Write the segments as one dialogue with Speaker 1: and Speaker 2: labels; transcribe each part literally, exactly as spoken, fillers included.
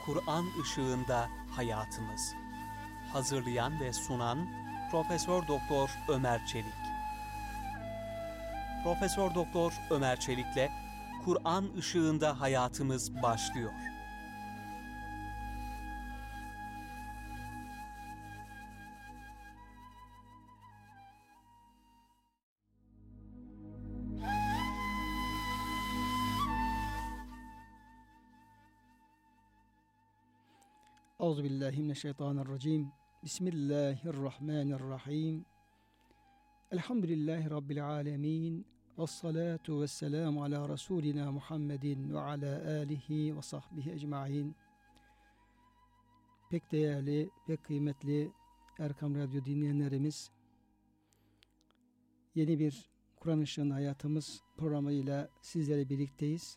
Speaker 1: Kur'an ışığında hayatımız. Hazırlayan ve sunan Profesör Doktor Ömer Çelik. Profesör Doktor Ömer Çelik'le Kur'an ışığında hayatımız başlıyor.
Speaker 2: Euzubillahimineşşeytanirracim. Bismillahirrahmanirrahim. Elhamdülillahi Rabbil alemin. Vessalatu vesselamu ala Resulina Muhammedin ve ala alihi ve sahbihi ecma'in. Pek değerli, pek kıymetli Erkam Radyo dinleyenlerimiz, yeni bir Kur'an Işığında Hayatımız programıyla sizlerle birlikteyiz.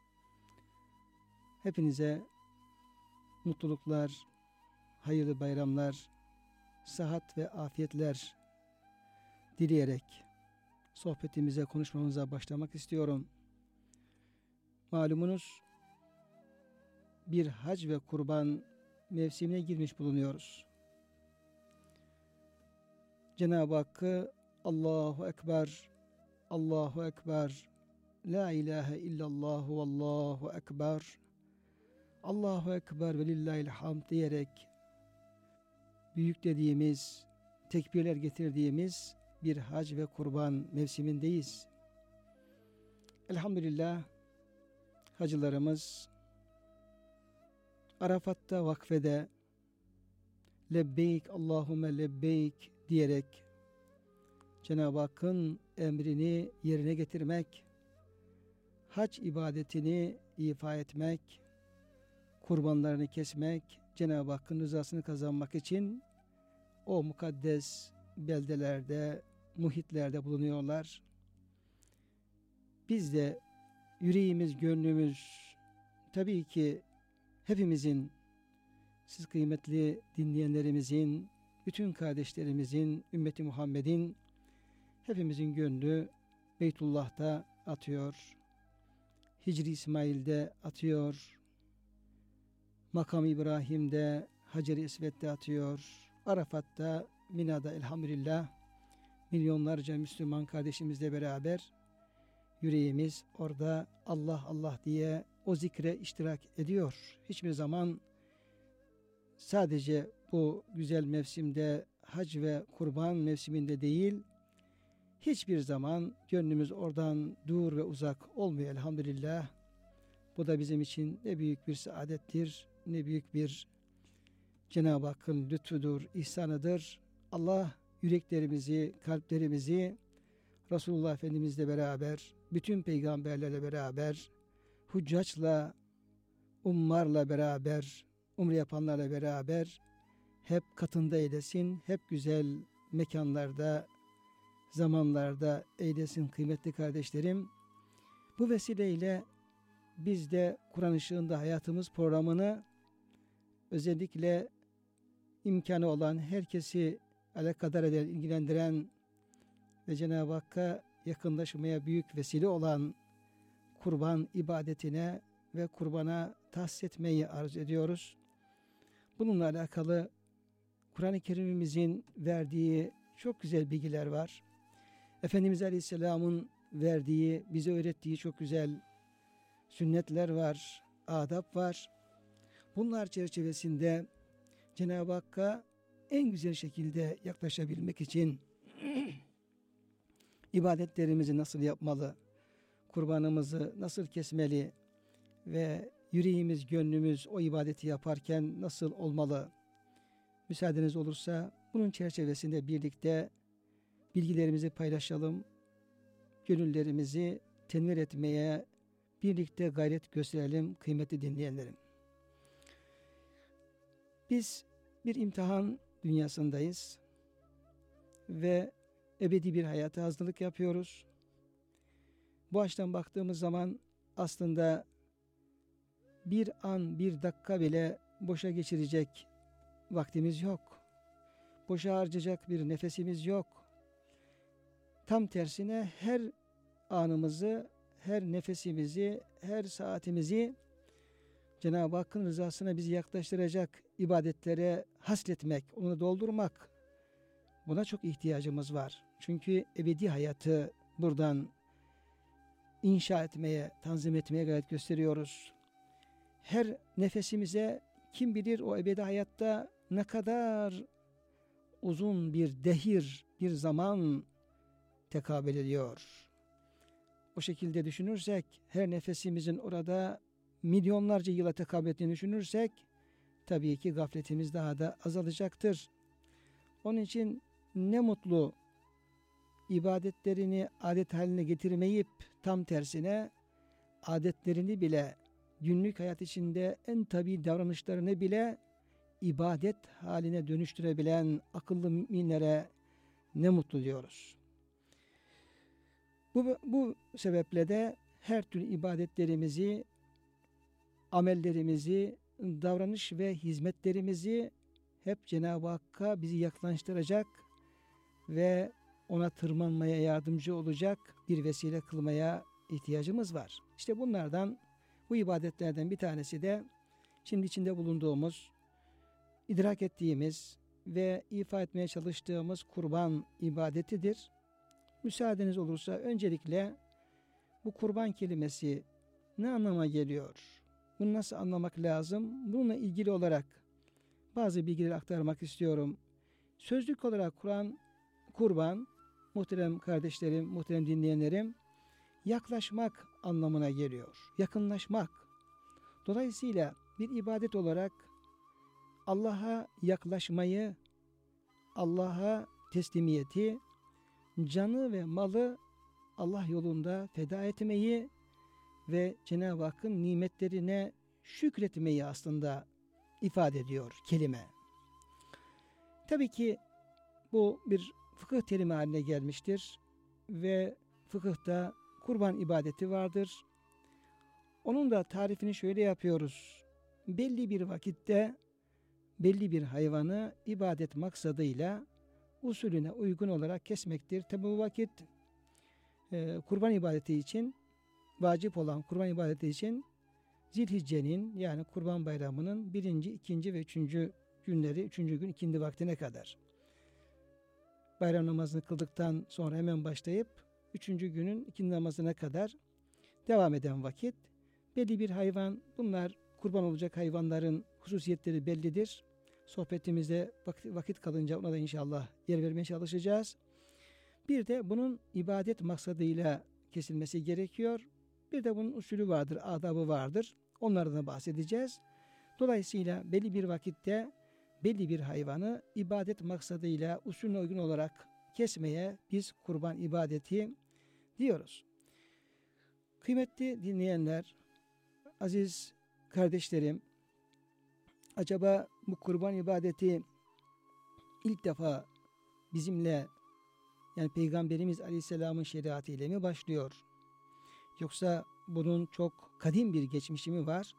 Speaker 2: Hepinize mutluluklar, hayırlı bayramlar, sıhhat ve afiyetler dileyerek sohbetimize, konuşmamıza başlamak istiyorum. Malumunuz bir hac ve kurban mevsimine girmiş bulunuyoruz. Cenab-ı Hakk'ı Allahu Ekber, Allahu Ekber, La ilahe illallah ve Allahu Ekber, Allahu Ekber ve lillahil hamd diyerek büyük dediğimiz, tekbirler getirdiğimiz bir hac ve kurban mevsimindeyiz. Elhamdülillah hacılarımız Arafat'ta, vakfede lebbeyk Allahümme lebbeyk diyerek Cenab-ı Hakk'ın emrini yerine getirmek, hac ibadetini ifa etmek, kurbanlarını kesmek, Cenab-ı Hakk'ın rızasını kazanmak için o mukaddes beldelerde, muhitlerde bulunuyorlar. Biz de yüreğimiz, gönlümüz, tabii ki hepimizin, siz kıymetli dinleyenlerimizin, bütün kardeşlerimizin, ümmeti Muhammed'in, hepimizin gönlü Beytullah'ta atıyor, Hicri İsmail'de atıyor, Makam İbrahim'de, Hacer-i İsvet'te atıyor, Arafat'ta, Mina'da elhamdülillah milyonlarca Müslüman kardeşimizle beraber yüreğimiz orada Allah Allah diye o zikre iştirak ediyor. Hiçbir zaman sadece bu güzel mevsimde, hac ve kurban mevsiminde değil, hiçbir zaman gönlümüz oradan dur ve uzak olmuyor elhamdülillah. Bu da bizim için ne büyük bir saadettir, ne büyük bir Cenab-ı Hakk'ın lütfudur, ihsanıdır. Allah yüreklerimizi, kalplerimizi Resulullah Efendimizle beraber, bütün peygamberlerle beraber, hüccaçla, ummarla beraber, umre yapanlarla beraber hep katında eylesin, hep güzel mekanlarda, zamanlarda eylesin kıymetli kardeşlerim. Bu vesileyle biz de Kur'an Işığında Hayatımız programını özellikle imkanı olan, herkesi alakadar eden, ilgilendiren ve Cenab-ı Hakk'a yakınlaşmaya büyük vesile olan kurban ibadetine ve kurbana tahsis etmeyi arzu ediyoruz. Bununla alakalı Kur'an-ı Kerim'imizin verdiği çok güzel bilgiler var. Efendimiz Aleyhisselam'ın verdiği, bize öğrettiği çok güzel sünnetler var, adab var. Bunlar çerçevesinde Cenab-ı Hakk'a en güzel şekilde yaklaşabilmek için ibadetlerimizi nasıl yapmalı, kurbanımızı nasıl kesmeli ve yüreğimiz, gönlümüz o ibadeti yaparken nasıl olmalı? Müsaadeniz olursa bunun çerçevesinde birlikte bilgilerimizi paylaşalım, gönüllerimizi tenvir etmeye birlikte gayret gösterelim kıymetli dinleyenlerim. Biz bir imtihan dünyasındayız ve ebedi bir hayata hazırlık yapıyoruz. Bu açıdan baktığımız zaman aslında bir an, bir dakika bile boşa geçirecek vaktimiz yok. Boşa harcayacak bir nefesimiz yok. Tam tersine her anımızı, her nefesimizi, her saatimizi Cenab-ı Hakk'ın rızasına bizi yaklaştıracak ibadetlere hasletmek, onu doldurmak, buna çok ihtiyacımız var. Çünkü ebedi hayatı buradan inşa etmeye, tanzim etmeye gayret gösteriyoruz. Her nefesimize kim bilir o ebedi hayatta ne kadar uzun bir dehir, bir zaman tekabül ediyor. O şekilde düşünürsek, her nefesimizin orada milyonlarca yıla tekabül ettiğini düşünürsek, tabii ki gafletimiz daha da azalacaktır. Onun için ne mutlu ibadetlerini adet haline getirmeyip tam tersine adetlerini bile, günlük hayat içinde en tabii davranışlarını bile ibadet haline dönüştürebilen akıllı müminlere ne mutlu diyoruz. Bu, bu sebeple de her türlü ibadetlerimizi, amellerimizi, davranış ve hizmetlerimizi hep Cenab-ı Hakk'a bizi yaklaştıracak ve ona tırmanmaya yardımcı olacak bir vesile kılmaya ihtiyacımız var. İşte bunlardan, bu ibadetlerden bir tanesi de şimdi içinde bulunduğumuz, idrak ettiğimiz ve ifa etmeye çalıştığımız kurban ibadetidir. Müsaadeniz olursa öncelikle bu kurban kelimesi ne anlama geliyor? Bunu nasıl anlamak lazım? Bununla ilgili olarak bazı bilgileri aktarmak istiyorum. Sözlük olarak Kur'an, kurban, muhterem kardeşlerim, muhterem dinleyenlerim, yaklaşmak anlamına geliyor. Yakınlaşmak. Dolayısıyla bir ibadet olarak Allah'a yaklaşmayı, Allah'a teslimiyeti, canı ve malı Allah yolunda feda etmeyi ve Cenab-ı Hakk'ın nimetlerine şükretmeyi aslında ifade ediyor kelime. Tabii ki bu bir fıkıh terimi haline gelmiştir ve fıkıhta kurban ibadeti vardır. Onun da tarifini şöyle yapıyoruz. Belli bir vakitte belli bir hayvanı ibadet maksadıyla usulüne uygun olarak kesmektir. Tabi bu vakit e, kurban ibadeti için, vacip olan kurban ibadeti için Zilhicce'nin, yani Kurban Bayramı'nın birinci, ikinci ve üçüncü günleri, üçüncü gün ikindi vaktine kadar. Bayram namazını kıldıktan sonra hemen başlayıp üçüncü günün ikindi namazına kadar devam eden vakit. Belli bir hayvan, bunlar kurban olacak hayvanların hususiyetleri bellidir. Sohbetimizde vakit, vakit kalınca ona da inşallah yer vermeye çalışacağız. Bir de bunun ibadet maksadıyla kesilmesi gerekiyor. Bir de bunun usulü vardır, adabı vardır. Onlardan da bahsedeceğiz. Dolayısıyla belli bir vakitte belli bir hayvanı ibadet maksadıyla usulüne uygun olarak kesmeye biz kurban ibadeti diyoruz. Kıymetli dinleyenler, aziz kardeşlerim, acaba bu kurban ibadeti ilk defa bizimle, yani Peygamberimiz Aleyhisselam'ın şeriatı ile mi başlıyor? Yoksa bunun çok kadim bir geçmişi mi var?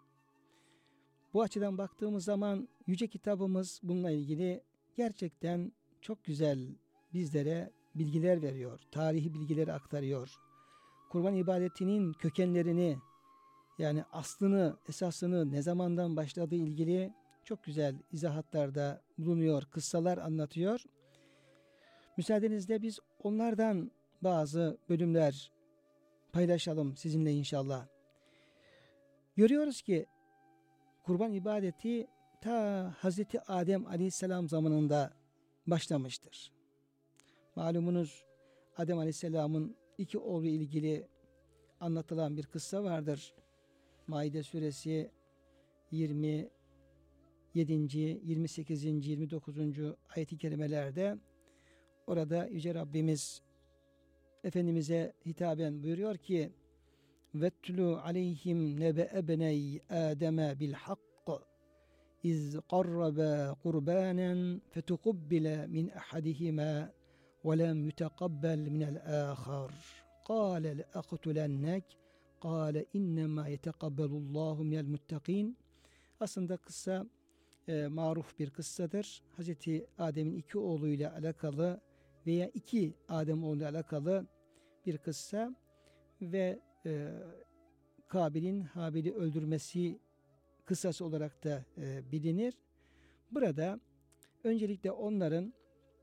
Speaker 2: Bu açıdan baktığımız zaman Yüce Kitabımız bununla ilgili gerçekten çok güzel bizlere bilgiler veriyor. Tarihi bilgileri aktarıyor. Kurban ibadetinin kökenlerini, yani aslını, esasını, ne zamandan başladığı ilgili çok güzel izahatlarda bulunuyor, kıssalar anlatıyor. Müsaadenizle biz onlardan bazı bölümler paylaşalım sizinle inşallah. Görüyoruz ki kurban ibadeti ta Hazreti Adem Aleyhisselam zamanında başlamıştır. Malumunuz Adem Aleyhisselam'ın iki oğlu ilgili anlatılan bir kıssa vardır. Maide suresi yirmi yedinci, yirmi sekizinci, yirmi dokuzuncu ayet-i kerimelerde orada Yüce Rabbimiz Efendimiz'e hitaben buyuruyor ki وَاتْلُوا عَلَيْهِمْ نَبَأَ بَنَيْ آدَمَ بِالْحَقِّ اِذْ قَرَّبَا قُرْبَانًا فَتُقُبِّلَ مِنْ أَحَدِهِمَا وَلَمْ يُتَقَبَّلْ مِنَ الْآخَرِ قَالَ لَأَقْتُلَنَّكَ قَالَ اِنَّمَا يَتَقَبَّلُ اللّٰهُ مِنَ الْمُتَّقِينَ. Aslında kıssa e, maruf bir kıssadır. Hazreti Adem'in iki oğluyla alakalı veya iki Adem oğluyla alakalı bir kıssa ve e, Kabil'in Habil'i öldürmesi kıssası olarak da e, bilinir. Burada öncelikle onların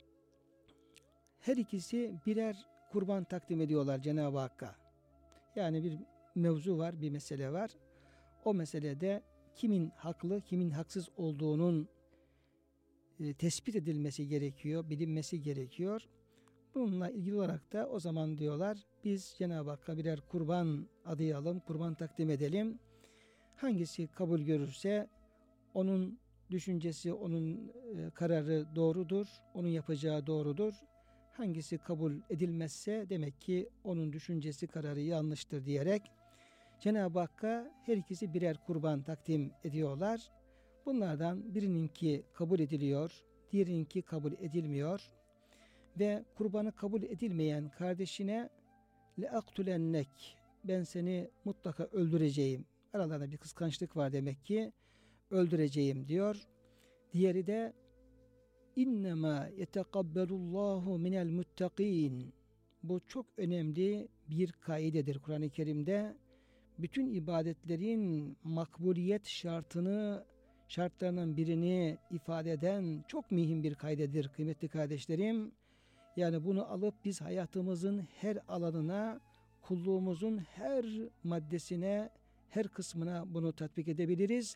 Speaker 2: her ikisi birer kurban takdim ediyorlar Cenab-ı Hakk'a. Yani bir mevzu var, bir mesele var. O meselede kimin haklı, kimin haksız olduğunun e, tespit edilmesi gerekiyor, bilinmesi gerekiyor. Bununla ilgili olarak da o zaman diyorlar, biz Cenab-ı Hakk'a birer kurban adayalım, kurban takdim edelim. Hangisi kabul görürse onun düşüncesi, onun e, kararı doğrudur, onun yapacağı doğrudur. Hangisi kabul edilmezse demek ki onun düşüncesi, kararı yanlıştır diyerek Cenab-ı Hakk'a her ikisi birer kurban takdim ediyorlar. Bunlardan birininki kabul ediliyor, diğerininki kabul edilmiyor. Ve kurbanı kabul edilmeyen kardeşine leaktulennek, ben seni mutlaka öldüreceğim. Aralarında bir kıskançlık var demek ki, öldüreceğim diyor. Diğeri de İnnemâ yetekabberullahu minel muttaqin. Bu çok önemli bir kaidedir Kur'an-ı Kerim'de. Bütün ibadetlerin makbuliyet şartını, şartlarının birini ifade eden çok mühim bir kaidedir kıymetli kardeşlerim. Yani bunu alıp biz hayatımızın her alanına, kulluğumuzun her maddesine, her kısmına bunu tatbik edebiliriz.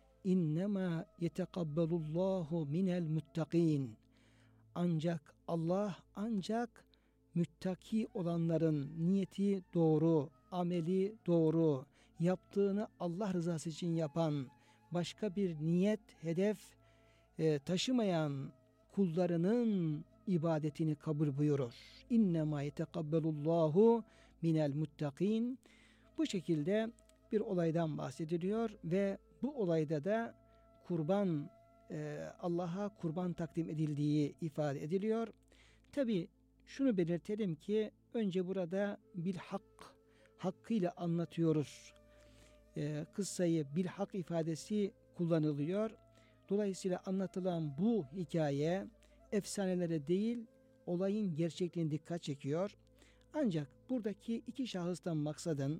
Speaker 2: İnnemâ yetekabberullahu minel muttaqin. Ancak Allah ancak müttaki olanların niyeti doğru, ameli doğru, yaptığını Allah rızası için yapan, başka bir niyet, hedef e, taşımayan kullarının ibadetini kabul buyurur. İnnemâ yetekabberullahu minel muttaqin. Bu şekilde bir olaydan bahsediliyor ve bu olayda da kurban, e, Allah'a kurban takdim edildiği ifade ediliyor. Tabi şunu belirtelim ki önce burada bil hak, hakkıyla anlatıyoruz. E, kıssayı bil hak ifadesi kullanılıyor. Dolayısıyla anlatılan bu hikaye efsanelere değil, olayın gerçekliğine dikkat çekiyor. Ancak buradaki iki şahıstan maksadın,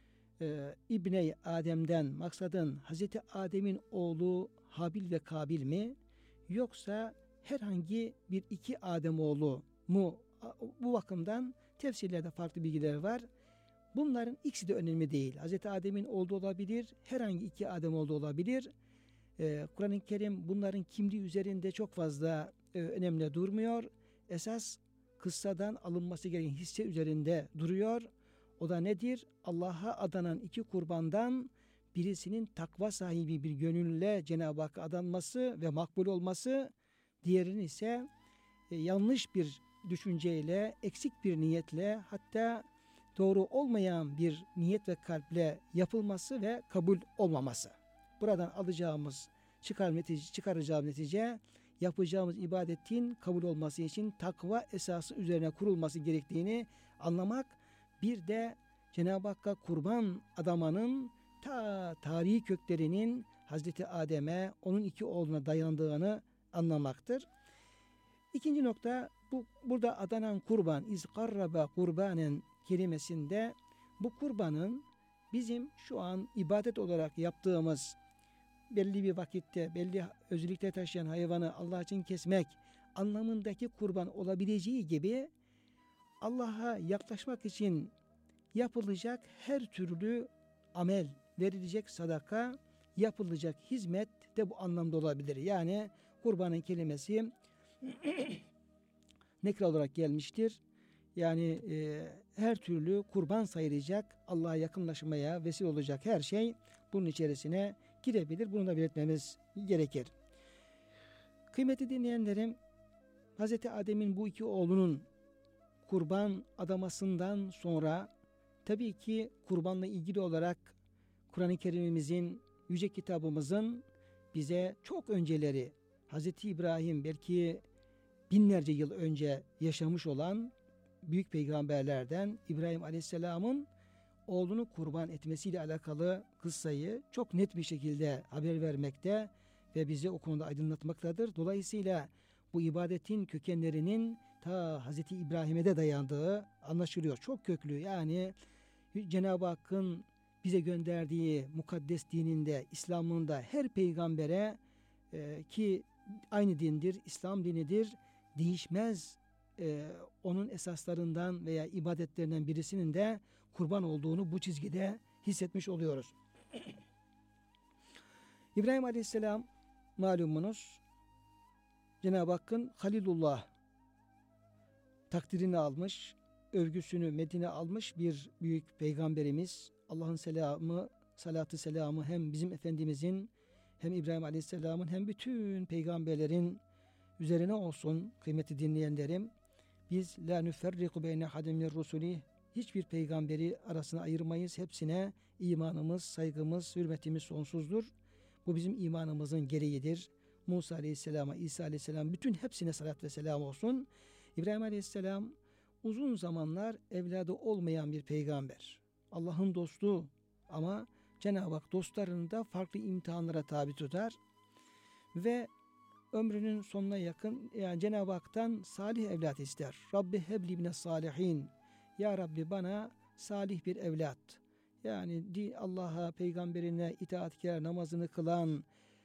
Speaker 2: e, İbne Adem'den maksadın Hazreti Adem'in oğlu Habil ve Kabil mi? Yoksa herhangi bir iki Ademoğlu mu? Bu bakımdan tefsirlerde farklı bilgiler var. Bunların ikisi de önemli değil. Hazreti Adem'in oğlu olabilir, herhangi iki Ademoğlu olabilir. Ee, Kur'an-ı Kerim bunların kimliği üzerinde çok fazla e, önemli durmuyor. Esas kıssadan alınması gereken hisse üzerinde duruyor. O da nedir? Allah'a adanan iki kurbandan birisinin takva sahibi bir gönülle Cenab-ı Hakk'a adanması ve makbul olması, diğerinin ise e, yanlış bir düşünceyle, eksik bir niyetle, hatta doğru olmayan bir niyet ve kalple yapılması ve kabul olmaması. Buradan alacağımız, çıkar netice, çıkaracağımız netice, yapacağımız ibadetin kabul olması için takva esası üzerine kurulması gerektiğini anlamak, bir de Cenab-ı Hakk'a kurban adamanın ta tarihi köklerinin Hazreti Adem'e, onun iki oğluna dayandığını anlamaktır. İkinci nokta, bu burada adanan kurban, izkarraba kurbanen kelimesinde bu kurbanın bizim şu an ibadet olarak yaptığımız belli bir vakitte, belli özellikle taşıyan hayvanı Allah için kesmek anlamındaki kurban olabileceği gibi Allah'a yaklaşmak için yapılacak her türlü amel, verilecek sadaka, yapılacak hizmet de bu anlamda olabilir. Yani kurbanın kelimesi nekre olarak gelmiştir. Yani e, her türlü kurban sayılacak, Allah'a yakınlaşmaya vesile olacak her şey bunun içerisine girebilir. Bunu da belirtmemiz gerekir. Kıymetli dinleyenlerim, Hazreti Adem'in bu iki oğlunun kurban adamasından sonra tabii ki kurbanla ilgili olarak Kur'an-ı Kerim'imizin, yüce kitabımızın bize çok önceleri Hazreti İbrahim, belki binlerce yıl önce yaşamış olan büyük peygamberlerden İbrahim Aleyhisselam'ın oğlunu kurban etmesiyle alakalı kıssayı çok net bir şekilde haber vermekte ve bizi o konuda aydınlatmaktadır. Dolayısıyla bu ibadetin kökenlerinin ta Hazreti İbrahim'e de dayandığı anlaşılıyor. Çok köklü, yani Cenab-ı Hakk'ın bize gönderdiği mukaddes dininde, İslam'ında her peygambere e, ki aynı dindir, İslam dinidir, değişmez e, onun esaslarından veya ibadetlerinden birisinin de kurban olduğunu bu çizgide hissetmiş oluyoruz. İbrahim Aleyhisselam malumunuz Cenab-ı Hakk'ın Halilullah takdirini almış, övgüsünü Medine almış bir büyük peygamberimiz. Allah'ın selamı, salatı selamı hem bizim Efendimizin hem İbrahim Aleyhisselam'ın hem bütün peygamberlerin üzerine olsun kıymetli dinleyenlerim. Biz la nüferriku beyne hadem min rusulih, hiçbir peygamberi arasına ayırmayız. Hepsine imanımız, saygımız, hürmetimiz sonsuzdur. Bu bizim imanımızın gereğidir. Musa Aleyhisselam'a, İsa Aleyhisselam bütün hepsine salat ve selam olsun. İbrahim Aleyhisselam uzun zamanlar evladı olmayan bir peygamber. Allah'ın dostu ama Cenab-ı Hak dostlarını da farklı imtihanlara tabi tutar. Ve ömrünün sonuna yakın yani Cenab-ı Hak'tan salih evlat ister. Rabbi hebli mine salihin. Ya Rabbi bana salih bir evlat. Yani Allah'a, peygamberine itaatkar, namazını kılan,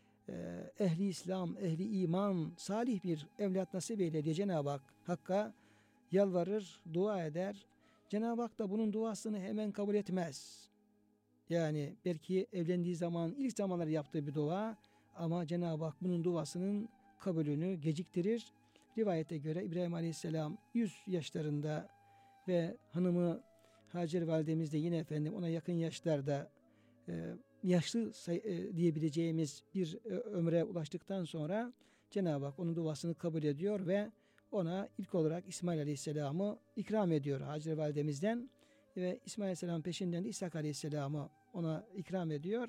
Speaker 2: ehli İslam, ehli iman, salih bir evlat nasip eyle diye Cenab-ı Hak Hakk'a yalvarır, dua eder. Cenab-ı Hak da bunun duasını hemen kabul etmez. Yani belki evlendiği zaman ilk zamanlar yaptığı bir dua ama Cenab-ı Hak bunun duasının kabulünü geciktirir. Rivayete göre İbrahim Aleyhisselam yüz yaşlarında ve hanımı Hacer validemiz de yine efendim ona yakın yaşlarda e, yaşlı say- e, diyebileceğimiz bir e, ömre ulaştıktan sonra Cenab-ı Hak onun duasını kabul ediyor ve ona ilk olarak İsmail Aleyhisselam'ı ikram ediyor Hacer validemizden ve İsmail Aleyhisselam peşinden de İshak Aleyhisselam'ı ona ikram ediyor.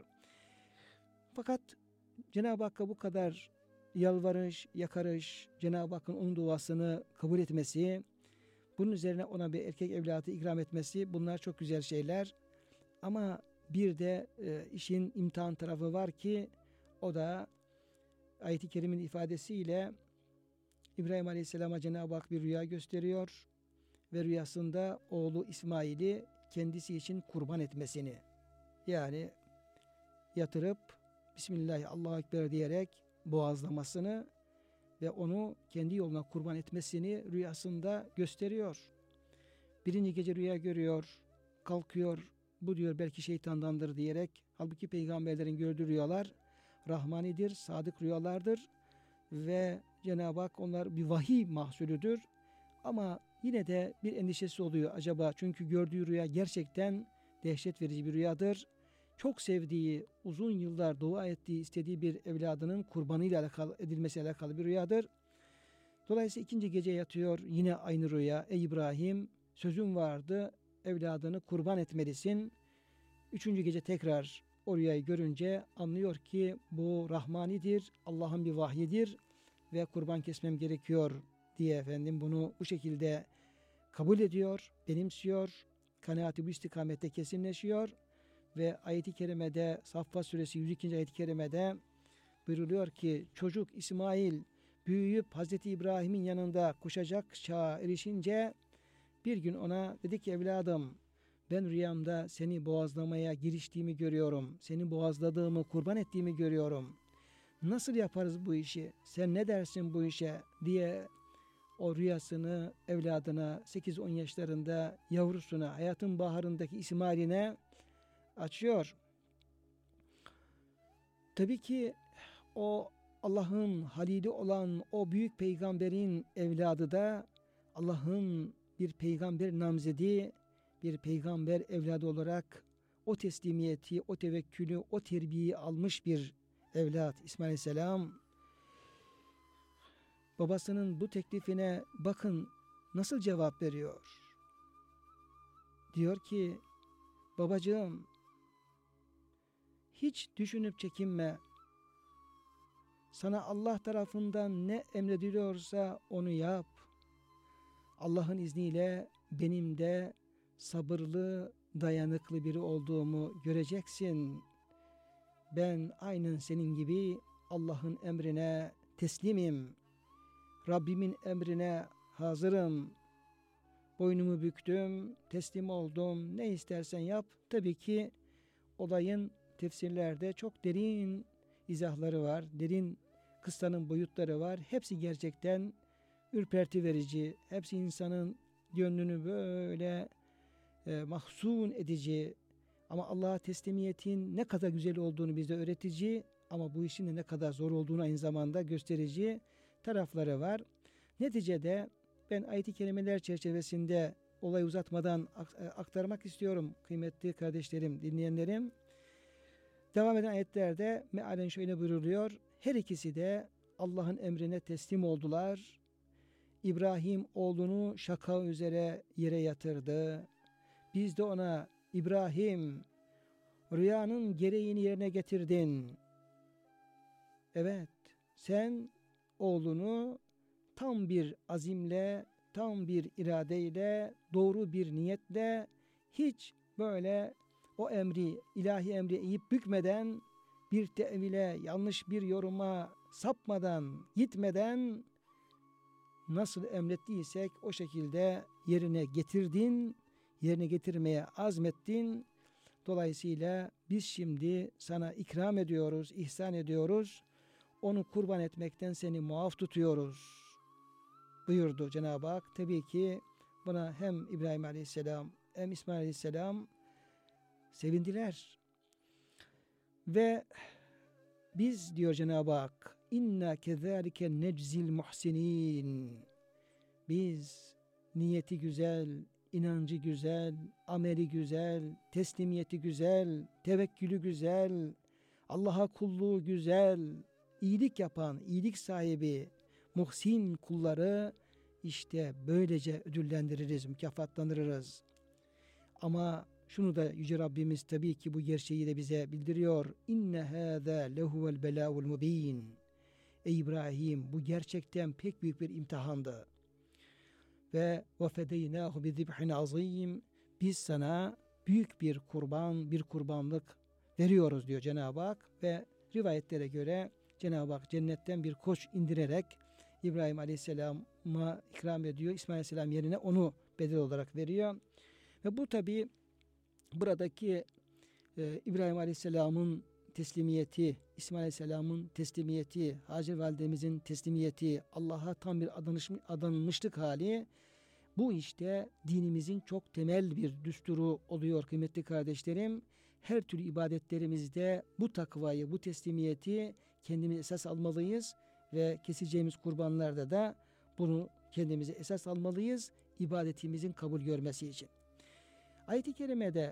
Speaker 2: Fakat Cenab-ı Hakk'a bu kadar yalvarış, yakarış, Cenab-ı Hakk'ın onun duasını kabul etmesi, bunun üzerine ona bir erkek evlatı ikram etmesi, bunlar çok güzel şeyler. Ama bir de e, işin imtihan tarafı var ki o da ayet-i kerimin ifadesiyle İbrahim Aleyhisselam'a Cenab-ı Hak bir rüya gösteriyor ve rüyasında oğlu İsmail'i kendisi için kurban etmesini, yani yatırıp Bismillah Allahu Ekber diyerek boğazlamasını ve onu kendi yoluna kurban etmesini rüyasında gösteriyor. Birinci gece rüya görüyor, kalkıyor, bu diyor belki şeytandandır diyerek, halbuki peygamberlerin gördüğü rüyalar rahmanidir, sadık rüyalardır ve Cenab-ı Hak onlar bir vahiy mahsulüdür. Ama yine de bir endişesi oluyor acaba, çünkü gördüğü rüya gerçekten dehşet verici bir rüyadır. Çok sevdiği, uzun yıllar dua ettiği, istediği bir evladının kurbanıyla alakalı, edilmesiyle alakalı bir rüyadır. Dolayısıyla ikinci gece yatıyor, yine aynı rüya. Ey İbrahim, sözüm vardı, evladını kurban etmelisin. Üçüncü gece tekrar o rüyayı görünce anlıyor ki bu rahmanidir, Allah'ın bir vahyidir ve kurban kesmem gerekiyor diye efendim bunu bu şekilde kabul ediyor, benimsiyor. Kanaati bu istikamette kesinleşiyor ve ayet-i kerimede Saffat suresi yüz ikinci ayet-i kerimede buyruluyor ki çocuk İsmail büyüyüp Hazreti İbrahim'in yanında koşacak çağa erişince bir gün ona dedi ki evladım, ben rüyamda seni boğazlamaya giriştiğimi görüyorum. Seni boğazladığımı, kurban ettiğimi görüyorum. Nasıl yaparız bu işi? Sen ne dersin bu işe? Diye o rüyasını evladına, sekiz on yaşlarında yavrusuna, hayatın baharındaki İsmail'ine açıyor. Tabii ki o Allah'ın halili olan o büyük peygamberin evladı da Allah'ın bir peygamber namzedi, bir peygamber evladı olarak o teslimiyeti, o tevekkülü, o terbiyeyi almış bir evlat İsmail Aleyhisselam. Babasının bu teklifine bakın nasıl cevap veriyor. Diyor ki babacığım, hiç düşünüp çekinme. Sana Allah tarafından ne emrediliyorsa onu yap. Allah'ın izniyle benim de sabırlı, dayanıklı biri olduğumu göreceksin. Ben aynen senin gibi Allah'ın emrine teslimim. Rabbimin emrine hazırım. Boynumu büktüm, teslim oldum. Ne istersen yap. Tabii ki olayın tefsirlerde çok derin izahları var. Derin kıssanın boyutları var. Hepsi gerçekten ürperti verici. Hepsi insanın gönlünü böyle e, mahzun edici. Ama Allah'a teslimiyetin ne kadar güzel olduğunu bize öğretici ama bu işin de ne kadar zor olduğunu aynı zamanda gösterici tarafları var. Neticede ben ayet-i kerimeler çerçevesinde olayı uzatmadan aktarmak istiyorum kıymetli kardeşlerim, dinleyenlerim. Devam eden ayetlerde mealen şöyle buyruluyor. Her ikisi de Allah'ın emrine teslim oldular. İbrahim oğlunu şaka üzere yere yatırdı. Biz de ona İbrahim rüyanın gereğini yerine getirdin. Evet, sen oğlunu tam bir azimle, tam bir iradeyle, doğru bir niyetle, hiç böyle o emri, ilahi emri eğip bükmeden, bir tevile, yanlış bir yoruma sapmadan, gitmeden nasıl emrettiysek o şekilde yerine getirdin, yerine getirmeye azmettin. Dolayısıyla biz şimdi sana ikram ediyoruz, ihsan ediyoruz. Onu kurban etmekten seni muaf tutuyoruz buyurdu Cenab-ı Hak. Tabii ki buna hem İbrahim Aleyhisselam hem İsmail Aleyhisselam sevindiler. Ve biz diyor Cenab-ı Hak, inna kezalike neczil muhsinin. Biz niyeti güzel, inancı güzel, ameli güzel, teslimiyeti güzel, tevekkülü güzel, Allah'a kulluğu güzel, iyilik yapan, iyilik sahibi, muhsin kulları işte böylece ödüllendiririz, mükafatlandırırız. Ama şunu da Yüce Rabbimiz tabii ki bu gerçeği de bize bildiriyor. İnne hâzâ lehuvel belâul mubîn. Ey İbrahim, bu gerçekten pek büyük bir imtihandı. Ve vefedeynâhu bi zibhin azîm. Biz sana büyük bir kurban, bir kurbanlık veriyoruz diyor Cenab-ı Hak. Ve rivayetlere göre Cenab-ı Hak cennetten bir koç indirerek İbrahim Aleyhisselam'a ikram ediyor. İsmail Aleyhisselam yerine onu bedel olarak veriyor. Ve bu tabi buradaki e, İbrahim Aleyhisselam'ın teslimiyeti, İsmail Aleyhisselam'ın teslimiyeti, Hacer Validemizin teslimiyeti, Allah'a tam bir adanış, adanmışlık hali, bu işte dinimizin çok temel bir düsturu oluyor kıymetli kardeşlerim. Her türlü ibadetlerimizde bu takvayı, bu teslimiyeti kendimize esas almalıyız ve keseceğimiz kurbanlarda da bunu kendimize esas almalıyız ibadetimizin kabul görmesi için. Ayet-i kerimede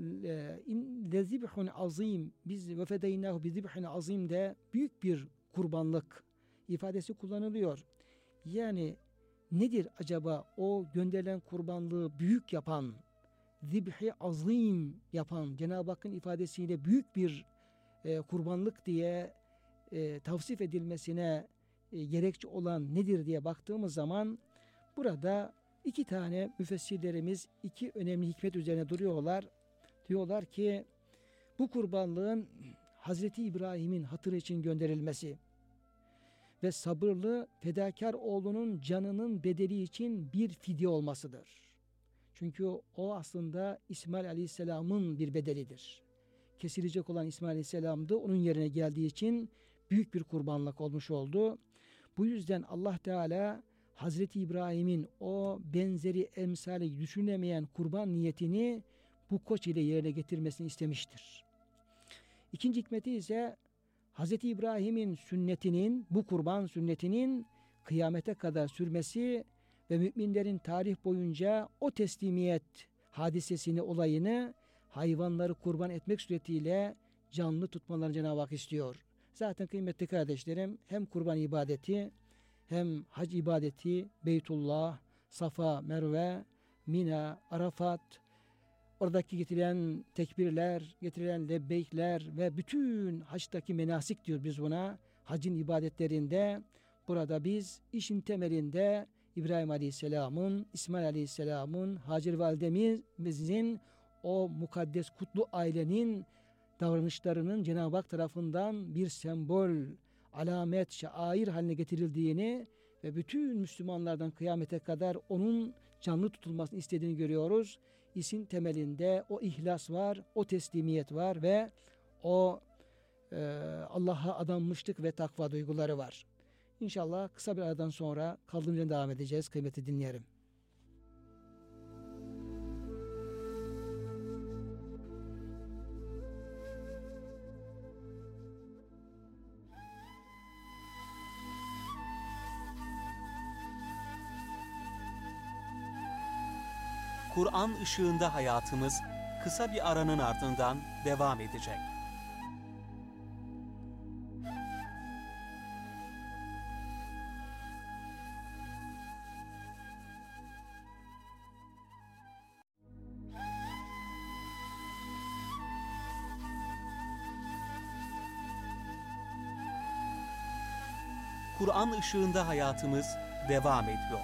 Speaker 2: lezibhun azim, biz vefedeynahu bi zibhin azim de büyük bir kurbanlık ifadesi kullanılıyor. Yani nedir acaba o gönderilen kurbanlığı büyük yapan, zibhi azim yapan, Cenab-ı Hakk'ın ifadesiyle büyük bir e, kurbanlık diye e, tavsif edilmesine e, gerekçe olan nedir diye baktığımız zaman burada iki tane müfessirlerimiz iki önemli hikmet üzerine duruyorlar. Diyorlar ki bu kurbanlığın Hazreti İbrahim'in hatırı için gönderilmesi ve sabırlı fedakar oğlunun canının bedeli için bir fidye olmasıdır. Çünkü o aslında İsmail Aleyhisselam'ın bir bedelidir. Kesilecek olan İsmail Aleyhisselam'dı. Onun yerine geldiği için büyük bir kurbanlık olmuş oldu. Bu yüzden Allah Teala Hazreti İbrahim'in o benzeri emsali düşünemeyen kurban niyetini bu koç ile yerine getirmesini istemiştir. İkinci hikmeti ise Hazreti İbrahim'in sünnetinin, bu kurban sünnetinin kıyamete kadar sürmesi ve müminlerin tarih boyunca o teslimiyet hadisesini, olayını hayvanları kurban etmek suretiyle canlı tutmalarını Cenab-ı Hak istiyor. Zaten kıymetli kardeşlerim, hem kurban ibadeti hem hac ibadeti, Beytullah, Safa, Merve, Mina, Arafat, oradaki getirilen tekbirler, getirilen lebbeykler ve bütün haçtaki menasik diyor biz buna. Hacın ibadetlerinde burada biz işin temelinde İbrahim Aleyhisselam'ın, İsmail Aleyhisselam'ın, Hacer Validemizin o mukaddes kutlu ailenin davranışlarının Cenab-ı Hak tarafından bir sembol, alamet, şair haline getirildiğini ve bütün Müslümanlardan kıyamete kadar onun canlı tutulmasını istediğini görüyoruz. isin temelinde o ihlas var, o teslimiyet var ve o e, Allah'a adanmışlık ve takva duyguları var. İnşallah kısa bir aradan sonra kaldığımız yerden devam edeceğiz. Kıymeti dinleyelim.
Speaker 1: Kur'an ışığında hayatımız kısa bir aranın ardından devam edecek. Kur'an ışığında hayatımız devam ediyor.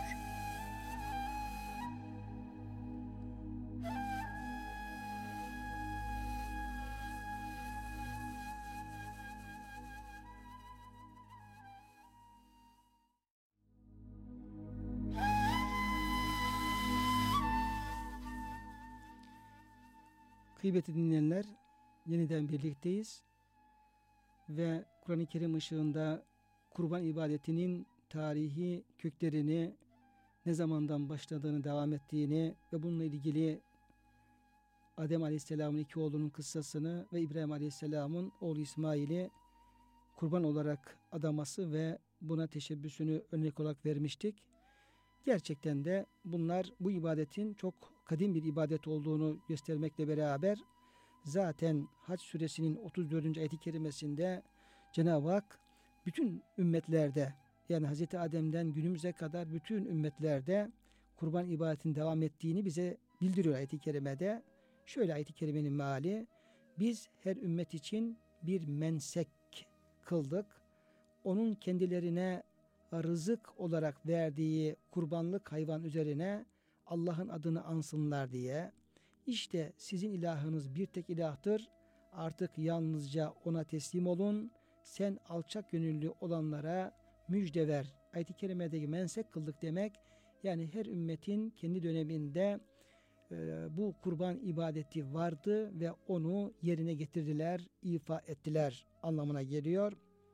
Speaker 2: Kıymetli dinleyenler, yeniden birlikteyiz ve Kur'an-ı Kerim ışığında kurban ibadetinin tarihi köklerini, ne zamandan başladığını, devam ettiğini ve bununla ilgili Adem Aleyhisselam'ın iki oğlunun kıssasını ve İbrahim Aleyhisselam'ın oğlu İsmail'i kurban olarak adaması ve buna teşebbüsünü örnek olarak vermiştik. Gerçekten de bunlar bu ibadetin çok kadim bir ibadet olduğunu göstermekle beraber zaten Hac suresinin otuz dördüncü ayet-i kerimesinde Cenab-ı Hak bütün ümmetlerde, yani Hazreti Adem'den günümüze kadar bütün ümmetlerde kurban ibadetinin devam ettiğini bize bildiriyor ayet-i kerimede. Şöyle ayet-i kerimenin meali: biz her ümmet için bir mensek kıldık. Onun kendilerine rızık olarak verdiği kurbanlık hayvan üzerine Allah'ın adını ansınlar diye. İşte sizin ilahınız bir tek ilahtır. Artık yalnızca ona teslim olun. Sen alçak gönüllü olanlara müjde ver. Ayet-i kerimedeki mensek kıldık demek, yani her ümmetin kendi döneminde e, bu kurban ibadeti vardı ve onu yerine getirdiler, ifa ettiler anlamına geliyor.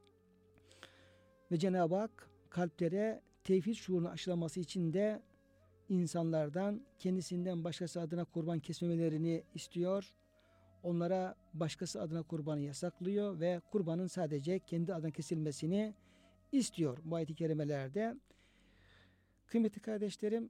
Speaker 2: Ve Cenab-ı Hak kalplere tevhid şuurunu aşılaması için de insanlardan kendisinden başkası adına kurban kesmemelerini istiyor. Onlara başkası adına kurbanı yasaklıyor ve kurbanın sadece kendi adına kesilmesini istiyor bu ayet-i kerimelerde. Kıymetli kardeşlerim,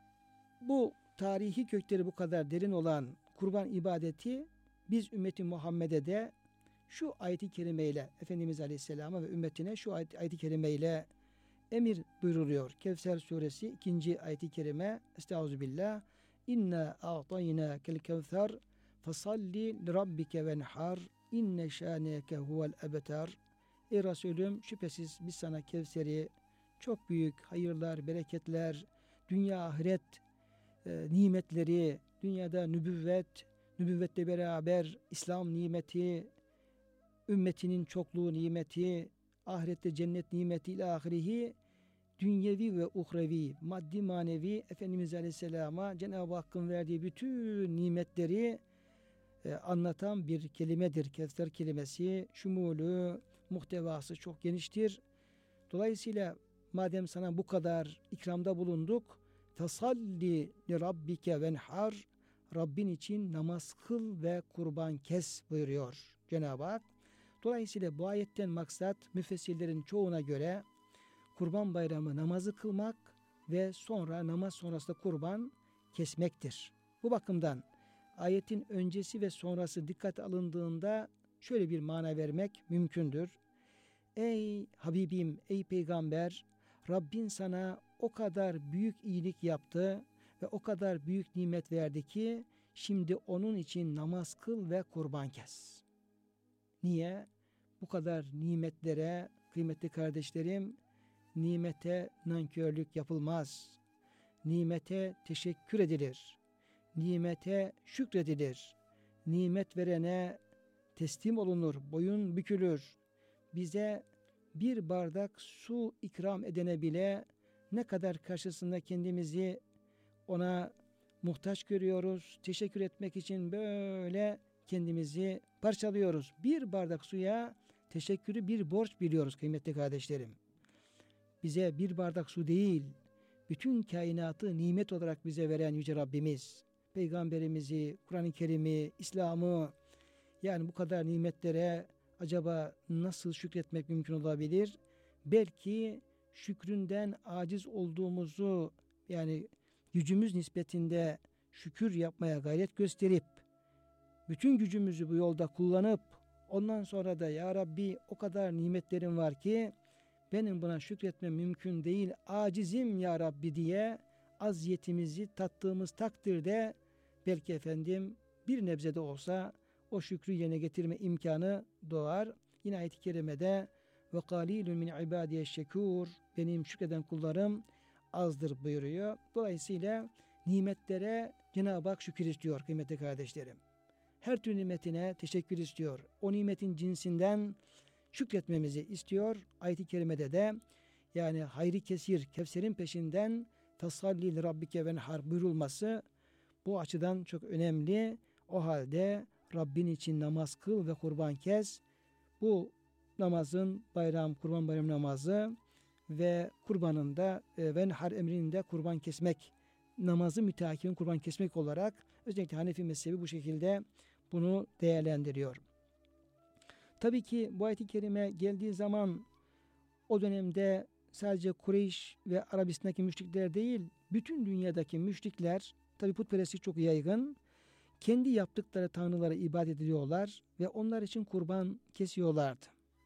Speaker 2: bu tarihi kökleri bu kadar derin olan kurban ibadeti biz ümmeti Muhammed'e de şu ayet-i kerimeyle, Efendimiz Aleyhisselam'a ve ümmetine şu ayet- ayet-i kerimeyle emir buyruluyor. Kevser suresi ikinci ayet-i kerime. Estağfirullah. İnna a'tayna kel kevser fasalli li rabbike venhar inne şâneke huvel ebtar. Ey Resulüm, şüphesiz biz sana Kevser'i, çok büyük hayırlar, bereketler, dünya ahiret e, nimetleri, dünyada nübüvvet, nübüvvetle beraber İslam nimeti, ümmetinin çokluğu nimeti, ahirette cennet nimeti ile ahirihi, dünyevi ve uhrevi, maddi manevi Efendimiz Aleyhisselam'a Cenab-ı Hakk'ın verdiği bütün nimetleri e, anlatan bir kelimedir. Kevser kelimesi şumulü, muhtevası çok geniştir. Dolayısıyla madem sana bu kadar ikramda bulunduk, fesalli li rabbike venhar, Rabbin için namaz kıl ve kurban kes buyuruyor Cenab-ı Hak. Dolayısıyla bu ayetten maksat müfessirlerin çoğuna göre Kurban Bayramı namazı kılmak ve sonra namaz sonrasında kurban kesmektir. Bu bakımdan ayetin öncesi ve sonrası dikkate alındığında şöyle bir mana vermek mümkündür. Ey Habibim, ey Peygamber, Rabbin sana o kadar büyük iyilik yaptı ve o kadar büyük nimet verdi ki şimdi onun için namaz kıl ve kurban kes. Niye? Bu kadar nimetlere, kıymetli kardeşlerim, nimete nankörlük yapılmaz. Nimete teşekkür edilir. Nimete şükredilir. Nimet verene teslim olunur, boyun bükülür. Bize bir bardak su ikram edene bile ne kadar karşısında kendimizi ona muhtaç görüyoruz. Teşekkür etmek için böyle kendimizi parçalıyoruz. Bir bardak suya teşekkürü bir borç biliyoruz kıymetli kardeşlerim. Bize bir bardak su değil, bütün kainatı nimet olarak bize veren Yüce Rabbimiz, Peygamberimizi, Kur'an-ı Kerim'i, İslam'ı, yani bu kadar nimetlere acaba nasıl şükretmek mümkün olabilir? Belki şükründen aciz olduğumuzu, yani gücümüz nispetinde şükür yapmaya gayret gösterip, bütün gücümüzü bu yolda kullanıp, ondan sonra da ya Rabbi o kadar nimetlerim var ki, benim buna şükretmem mümkün değil, acizim ya Rabbi diye aziyetimizi tattığımız takdirde belki efendim bir nebze de olsa o şükrü yerine getirme imkanı doğar. Yine ayet-i kerimede ve qalilun min ibadiyeşşekur, benim şükreden kullarım azdır buyuruyor. Dolayısıyla nimetlere Cenab-ı Hak şükür istiyor kıymetli kardeşlerim. Her türlü nimetine teşekkür istiyor. O nimetin cinsinden şükretmemizi istiyor. Ayet-i kerimede de yani hayri kesir, Kevser'in peşinden tasalli rabbike venhar buyurulması bu açıdan çok önemli. O halde Rabbin için namaz kıl ve kurban kes. Bu namazın bayram, kurban bayram namazı ve kurbanında e, venhar emrinde kurban kesmek, namazı müteakibin kurban kesmek olarak özellikle Hanefi mezhebi bu şekilde bunu değerlendiriyor. Tabii ki bu ayet-i kerime geldiği zaman o dönemde sadece Kureyş ve Arabistan'daki müşrikler değil, bütün dünyadaki müşrikler, tabii putperestlik çok yaygın, kendi yaptıkları tanrılara ibadet ediyorlar ve onlar için kurban kesiyorlardı.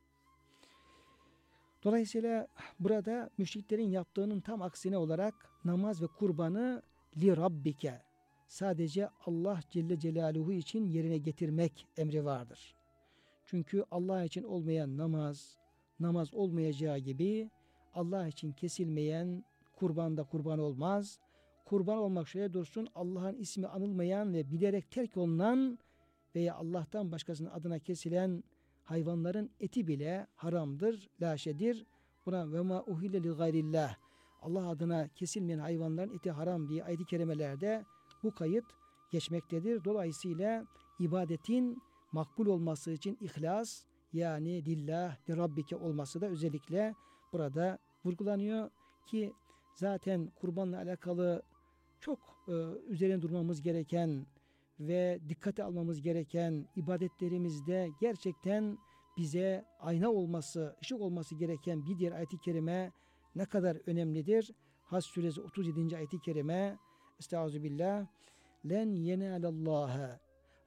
Speaker 2: Dolayısıyla burada müşriklerin yaptığının tam aksine olarak namaz ve kurbanı li rabbike, sadece Allah Celle Celaluhu için yerine getirmek emri vardır. Çünkü Allah için olmayan namaz, namaz olmayacağı gibi Allah için kesilmeyen kurban da kurban olmaz. Kurban olmak şöyle dursun, Allah'ın ismi anılmayan ve bilerek terk olunan veya Allah'tan başkasının adına kesilen hayvanların eti bile haramdır, laşedir. Buna ve ma uhille li gayrillah, Allah adına kesilmeyen hayvanların eti haram diye ayet-i kerimelerde bu kayıt geçmektedir. Dolayısıyla ibadetin makbul olması için ihlas, yani lillah li rabbike olması da özellikle burada vurgulanıyor ki zaten kurbanla alakalı çok e, üzerine durmamız gereken ve dikkate almamız gereken, ibadetlerimizde gerçekten bize ayna olması, ışık olması gereken bir diğer ayet-i kerime ne kadar önemlidir? Hac suresi otuz yedinci ayet-i kerime, Estağfirullah, len yenalallaha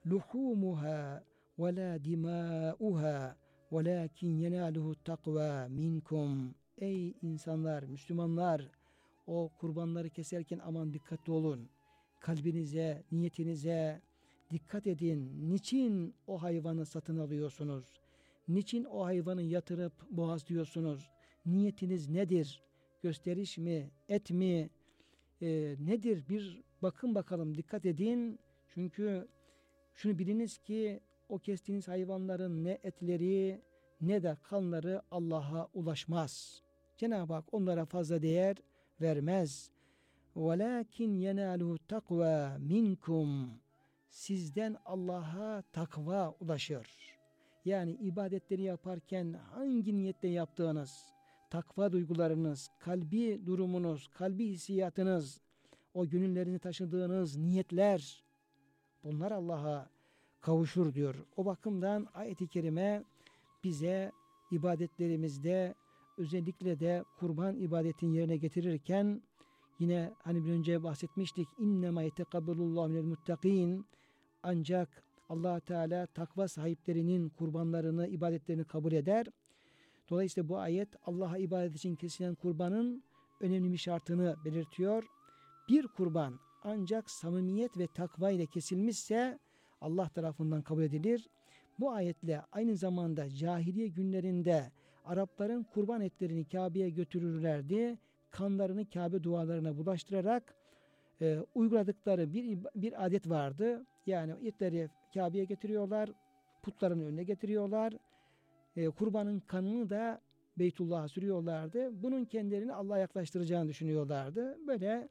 Speaker 2: luhumuha ve la dimauha velakin yenaluhu takva minkum. Ey insanlar, Müslümanlar, o kurbanları keserken aman dikkatli olun. Kalbinize, niyetinize dikkat edin. Niçin o hayvanı satın alıyorsunuz? Niçin o hayvanı yatırıp boğazlıyorsunuz? Niyetiniz nedir? Gösteriş mi? Et mi? E, nedir? Bir bakın bakalım, dikkat edin. Çünkü şunu biliniz ki o kestiğiniz hayvanların ne etleri ne de kanları Allah'a ulaşmaz. Cenab-ı Hak onlara fazla değer vermez. وَلَاكِنْ يَنَالُهُ takva minkum. Sizden Allah'a takva ulaşır. Yani ibadetleri yaparken hangi niyetle yaptığınız, takva duygularınız, kalbi durumunuz, kalbi hissiyatınız, o gönüllerini taşıdığınız niyetler, bunlar Allah'a kavuşur diyor. O bakımdan ayet-i kerime bize ibadetlerimizde özellikle de kurban ibadetini yerine getirirken yine hani bir önce bahsetmiştik, innema yetekabbalullahu minel muttakin, ancak Allah Teala takva sahiplerinin kurbanlarını, ibadetlerini kabul eder. Dolayısıyla bu ayet Allah'a ibadet için kesilen kurbanın önemli bir şartını belirtiyor. Bir kurban ancak samimiyet ve takva ile kesilmişse Allah tarafından kabul edilir. Bu ayetle aynı zamanda cahiliye günlerinde Arapların kurban etlerini Kabe'ye götürürlerdi. Kanlarını Kabe duvarlarına bulaştırarak e, uyguladıkları bir, bir adet vardı. Yani etleri Kabe'ye getiriyorlar, putların önüne getiriyorlar. E, kurbanın kanını da Beytullah'a sürüyorlardı. Bunun kendilerini Allah'a yaklaştıracağını düşünüyorlardı. Böyle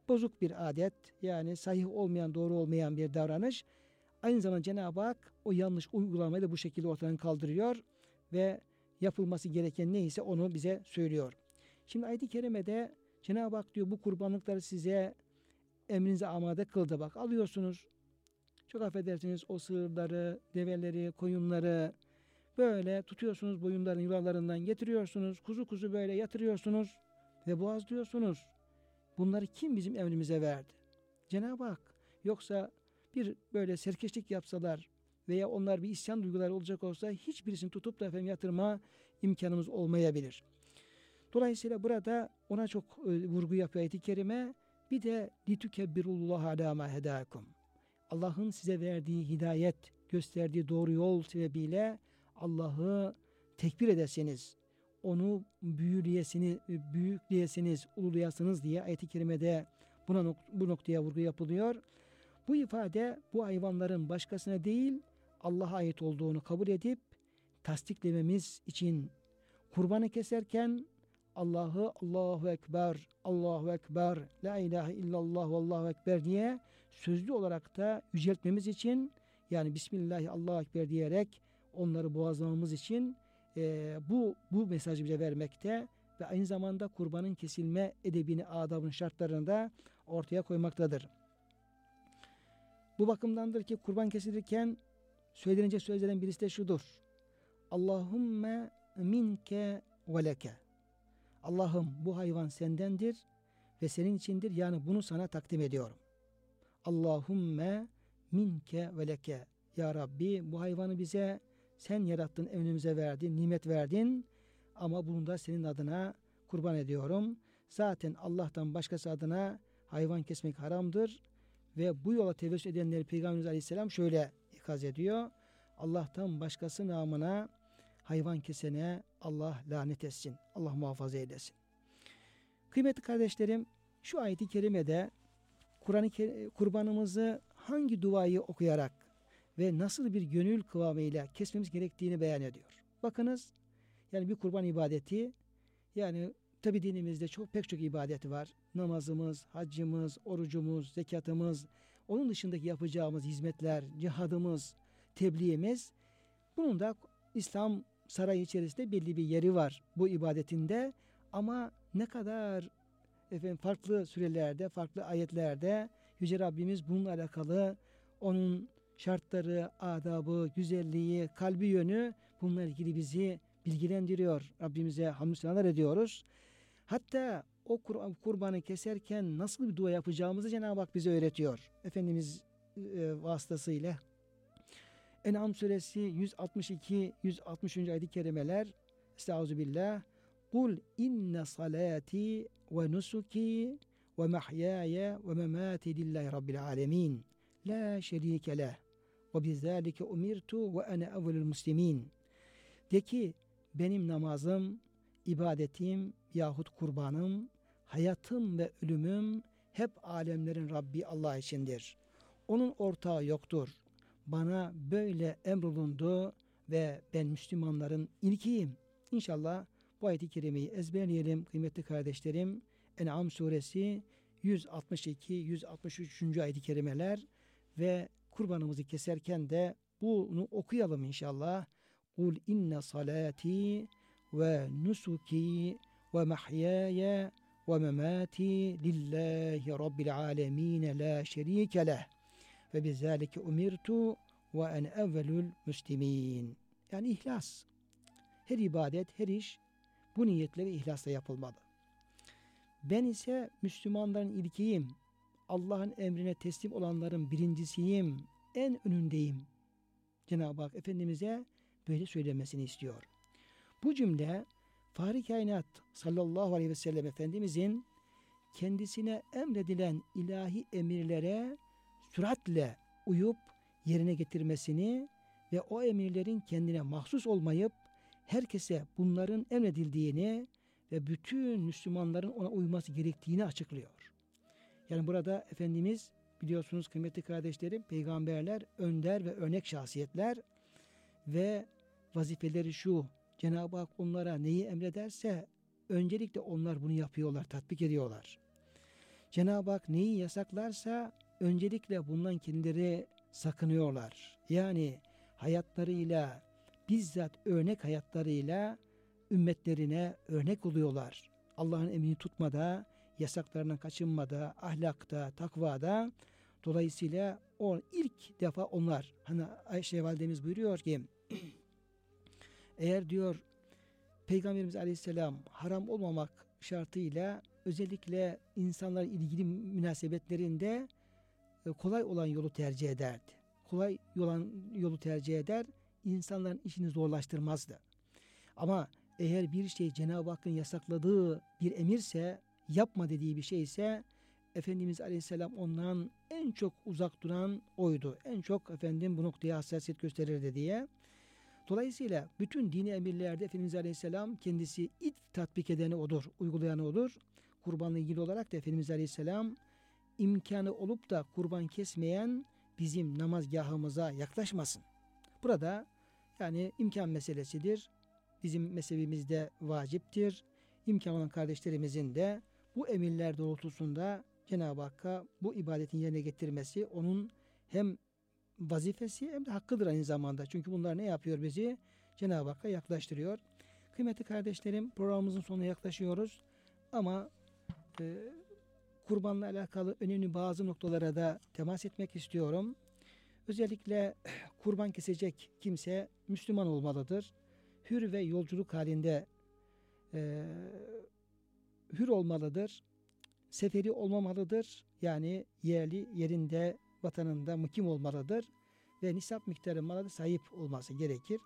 Speaker 2: bozuk bir adet, yani sahih olmayan, doğru olmayan bir davranış. Aynı zamanda Cenab-ı Hak o yanlış uygulamayı da bu şekilde ortadan kaldırıyor ve yapılması gereken neyse onu bize söylüyor. Şimdi ayet-i kerimede Cenab-ı Hak diyor bu kurbanlıkları size emrinize amade kıldı. Bak alıyorsunuz, çok affedersiniz, o sığırları, develeri, koyunları böyle tutuyorsunuz, boyunların yuvalarından getiriyorsunuz, kuzu kuzu böyle yatırıyorsunuz ve boğazlıyorsunuz. Bunları kim bizim emrimize verdi? Cenab-ı Hak. Yoksa bir böyle serkeşlik yapsalar veya onlar bir isyan duyguları olacak olsa hiçbirisini tutup da efendim yatırma imkanımız olmayabilir. Dolayısıyla burada ona çok e, vurgu yapıyor ayet-i kerime. Bir de litukebbirullaha ala ma hedakum. Allah'ın size verdiği hidayet, gösterdiği doğru yol sebebiyle Allah'ı tekbir edesiniz. Onu büyüleyesiniz, büyükleyesiniz, ululayasınız diye ayet-i kerimede buna nok- bu noktaya vurgu yapılıyor. Bu ifade bu hayvanların başkasına değil Allah'a ait olduğunu kabul edip tasdiklememiz için kurbanı keserken Allah'ı Allahu Ekber, Allahu Ekber, La ilahe illallah, Allahu Ekber diye sözlü olarak da yüceltmemiz için, yani Bismillah, Allahu Ekber diyerek onları boğazlamamız için e, bu bu mesajı bize vermekte ve aynı zamanda kurbanın kesilme edebini, adabın şartlarını da ortaya koymaktadır. Bu bakımdandır ki kurban kesilirken söylenecek sözlerden birisi de şudur: Allahümme minke ve leke. Allah'ım bu hayvan sendendir ve senin içindir, yani bunu sana takdim ediyorum. Allahümme minke ve leke. Ya Rabbi bu hayvanı bize sen yarattın, evimize verdin, nimet verdin ama bunu da senin adına kurban ediyorum. Zaten Allah'tan başkası adına hayvan kesmek haramdır ve bu yola tevessül edenleri Peygamberimiz Aleyhisselam şöyle ikaz ediyor: Allah'tan başkası namına hayvan kesene Allah lanet etsin, Allah muhafaza eylesin. Kıymetli kardeşlerim, şu ayet-i kerimede Kur'an-ı kurbanımızı hangi duayı okuyarak ve nasıl bir gönül kıvamıyla kesmemiz gerektiğini beyan ediyor. Bakınız, yani bir kurban ibadeti, yani tabi dinimizde çok pek çok ibadeti var. Namazımız, haccımız, orucumuz, zekatımız, onun dışındaki yapacağımız hizmetler, cihadımız, tebliğimiz. Bunun da İslam sarayı içerisinde belli bir yeri var bu ibadetinde, ama ne kadar efendim farklı sürelerde, farklı ayetlerde Yüce Rabbimiz bununla alakalı onun şartları, adabı, güzelliği, kalbi yönü, bununla ilgili bizi bilgilendiriyor. Rabbimize hamdü senalar ediyoruz. Hatta o kur- kurbanı keserken nasıl bir dua yapacağımızı Cenab-ı Hak bize öğretiyor. Efendimiz e, vasıtasıyla. En'am suresi yüz altmış iki yüz altmış üç ayet-i kerimeler. Estağfirullah. Kul inne salati ve nusuki ve mahyaya ve memati lillahi rabbil alemin. La şerike leh. Ve bizalike umirtu ve ene evvelül muslimin. De ki benim namazım, ibadetim yahut kurbanım, hayatım ve ölümüm hep alemlerin Rabbi Allah içindir. Onun ortağı yoktur. Bana böyle emrolundu ve ben Müslümanların ilkiyim. İnşallah bu ayet-i kerimeyi ezberleyelim kıymetli kardeşlerim. En'am suresi yüz altmış iki yüz altmış üç. ayet-i kerimeler ve kurbanımızı keserken de bunu okuyalım inşallah. Kul inne salati ve nusuki ve mahyaya ve memati lillahi rabbil alemin la şerike leh ve bizalike umirtu ve en evvelül müslimin. Yani ihlas. Her ibadet, her iş bu niyetle ve ihlasla yapılmalı. Ben ise Müslümanların ilkiyim. Allah'ın emrine teslim olanların birincisiyim. En önündeyim. Cenab-ı Hak Efendimiz'e böyle söylemesini istiyor. Bu cümle Fahri Kainat sallallahu aleyhi ve sellem Efendimiz'in kendisine emredilen ilahi emirlere süratle uyup yerine getirmesini ve o emirlerin kendine mahsus olmayıp herkese bunların emredildiğini ve bütün Müslümanların ona uyması gerektiğini açıklıyor. Yani burada Efendimiz, biliyorsunuz kıymetli kardeşlerim, peygamberler önder ve örnek şahsiyetler ve vazifeleri şu: Cenab-ı Hak onlara neyi emrederse öncelikle onlar bunu yapıyorlar, tatbik ediyorlar. Cenab-ı Hak neyi yasaklarsa öncelikle bundan kendileri sakınıyorlar. Yani hayatlarıyla, bizzat örnek hayatlarıyla ümmetlerine örnek oluyorlar. Allah'ın emrini tutmada, yasaklarından kaçınmada, ahlakta, takvada. Dolayısıyla o ilk defa onlar, hani Ayşe validemiz buyuruyor ki eğer diyor Peygamberimiz Aleyhisselam haram olmamak şartıyla özellikle insanlarla ilgili münasebetlerinde kolay olan yolu tercih ederdi. Kolay olan yolu tercih eder, insanların işini zorlaştırmazdı. Ama eğer bir şey Cenab-ı Hakk'ın yasakladığı bir emirse, yapma dediği bir şeyse, Efendimiz Aleyhisselam ondan en çok uzak duran oydu. En çok efendim bu noktaya hassasiyet gösterirdi diye. Dolayısıyla bütün dini emirlerde Efendimiz Aleyhisselam kendisi ilk tatbik edeni odur, uygulayanı odur. Kurbanla ilgili olarak da Efendimiz Aleyhisselam imkanı olup da kurban kesmeyen bizim namazgahımıza yaklaşmasın. Burada yani imkan meselesidir. Bizim mezhebimizde vaciptir. İmkan olan kardeşlerimizin de bu emirler doğrultusunda Cenab-ı Hakk'a bu ibadetin yerine getirmesi onun hem vazifesi hem de hakkıdır aynı zamanda. Çünkü bunlar ne yapıyor bizi? Cenab-ı Hakk'a yaklaştırıyor. Kıymetli kardeşlerim, programımızın sonuna yaklaşıyoruz. Ama e, kurbanla alakalı önemli bazı noktalara da temas etmek istiyorum. Özellikle kurban kesecek kimse Müslüman olmalıdır. Hür ve yolculuk halinde e, hür olmalıdır. Seferi olmamalıdır. Yani yerli yerinde, vatanında mukim olmalıdır. Ve nisap miktarı mala da sahip olması gerekir.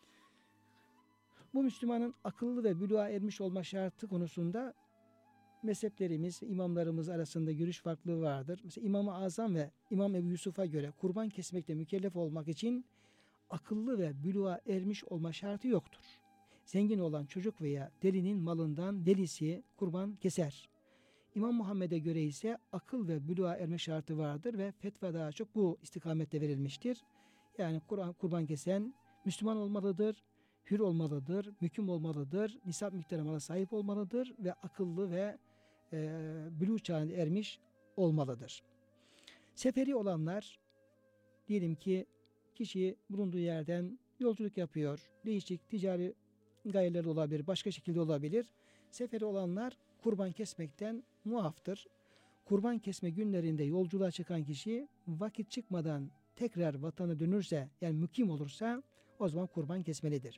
Speaker 2: Bu Müslümanın akıllı ve buluğa ermiş olma şartı konusunda mezheplerimiz, imamlarımız arasında görüş farklılığı vardır. Mesela İmam-ı Azam ve İmam Ebu Yusuf'a göre kurban kesmekle mükellef olmak için akıllı ve buluğa ermiş olma şartı yoktur. Zengin olan çocuk veya delinin malından velisi kurban keser. İmam Muhammed'e göre ise akıl ve buluğa erme şartı vardır ve fetva daha çok bu istikamette verilmiştir. Yani Kur'an kurban kesen Müslüman olmalıdır, hür olmalıdır, müküm olmalıdır, nisap miktarı mala sahip olmalıdır ve akıllı ve e, buluğ çağına ermiş olmalıdır. Seferi olanlar, diyelim ki kişi bulunduğu yerden yolculuk yapıyor, değişik ticari gayeler olabilir, başka şekilde olabilir. Seferi olanlar kurban kesmekten muaftır. Kurban kesme günlerinde yolculuğa çıkan kişi vakit çıkmadan tekrar vatana dönürse, yani mukim olursa o zaman kurban kesmelidir.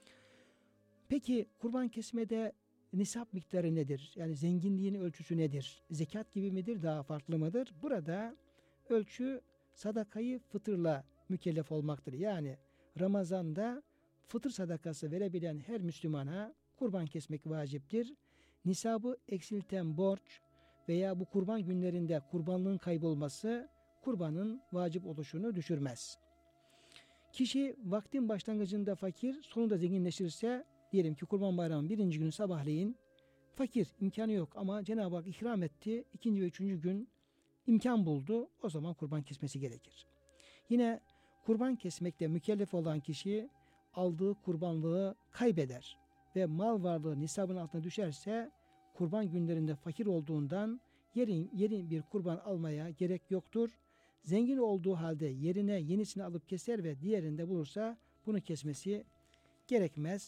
Speaker 2: Peki kurban kesmede nisap miktarı nedir? Yani zenginliğin ölçüsü nedir? Zekat gibi midir, daha farklı mıdır? Burada ölçü sadakayı fıtırla mükellef olmaktır. Yani Ramazan'da fıtır sadakası verebilen her Müslümana kurban kesmek vaciptir. Nisabı eksilten borç veya bu kurban günlerinde kurbanlığın kaybolması kurbanın vacip oluşunu düşürmez. Kişi vaktin başlangıcında fakir, sonunda zenginleşirse, diyelim ki Kurban Bayramı'nın birinci günü sabahleyin fakir, imkanı yok ama Cenab-ı Hak ikram etti. İkinci ve üçüncü gün imkan buldu. O zaman kurban kesmesi gerekir. Yine kurban kesmekte mükellef olan kişi aldığı kurbanlığı kaybeder ve mal varlığı nisabın altına düşerse kurban günlerinde fakir olduğundan yerin, yerin bir kurban almaya gerek yoktur. Zengin olduğu halde yerine yenisini alıp keser ve diğerinde bulursa bunu kesmesi gerekmez.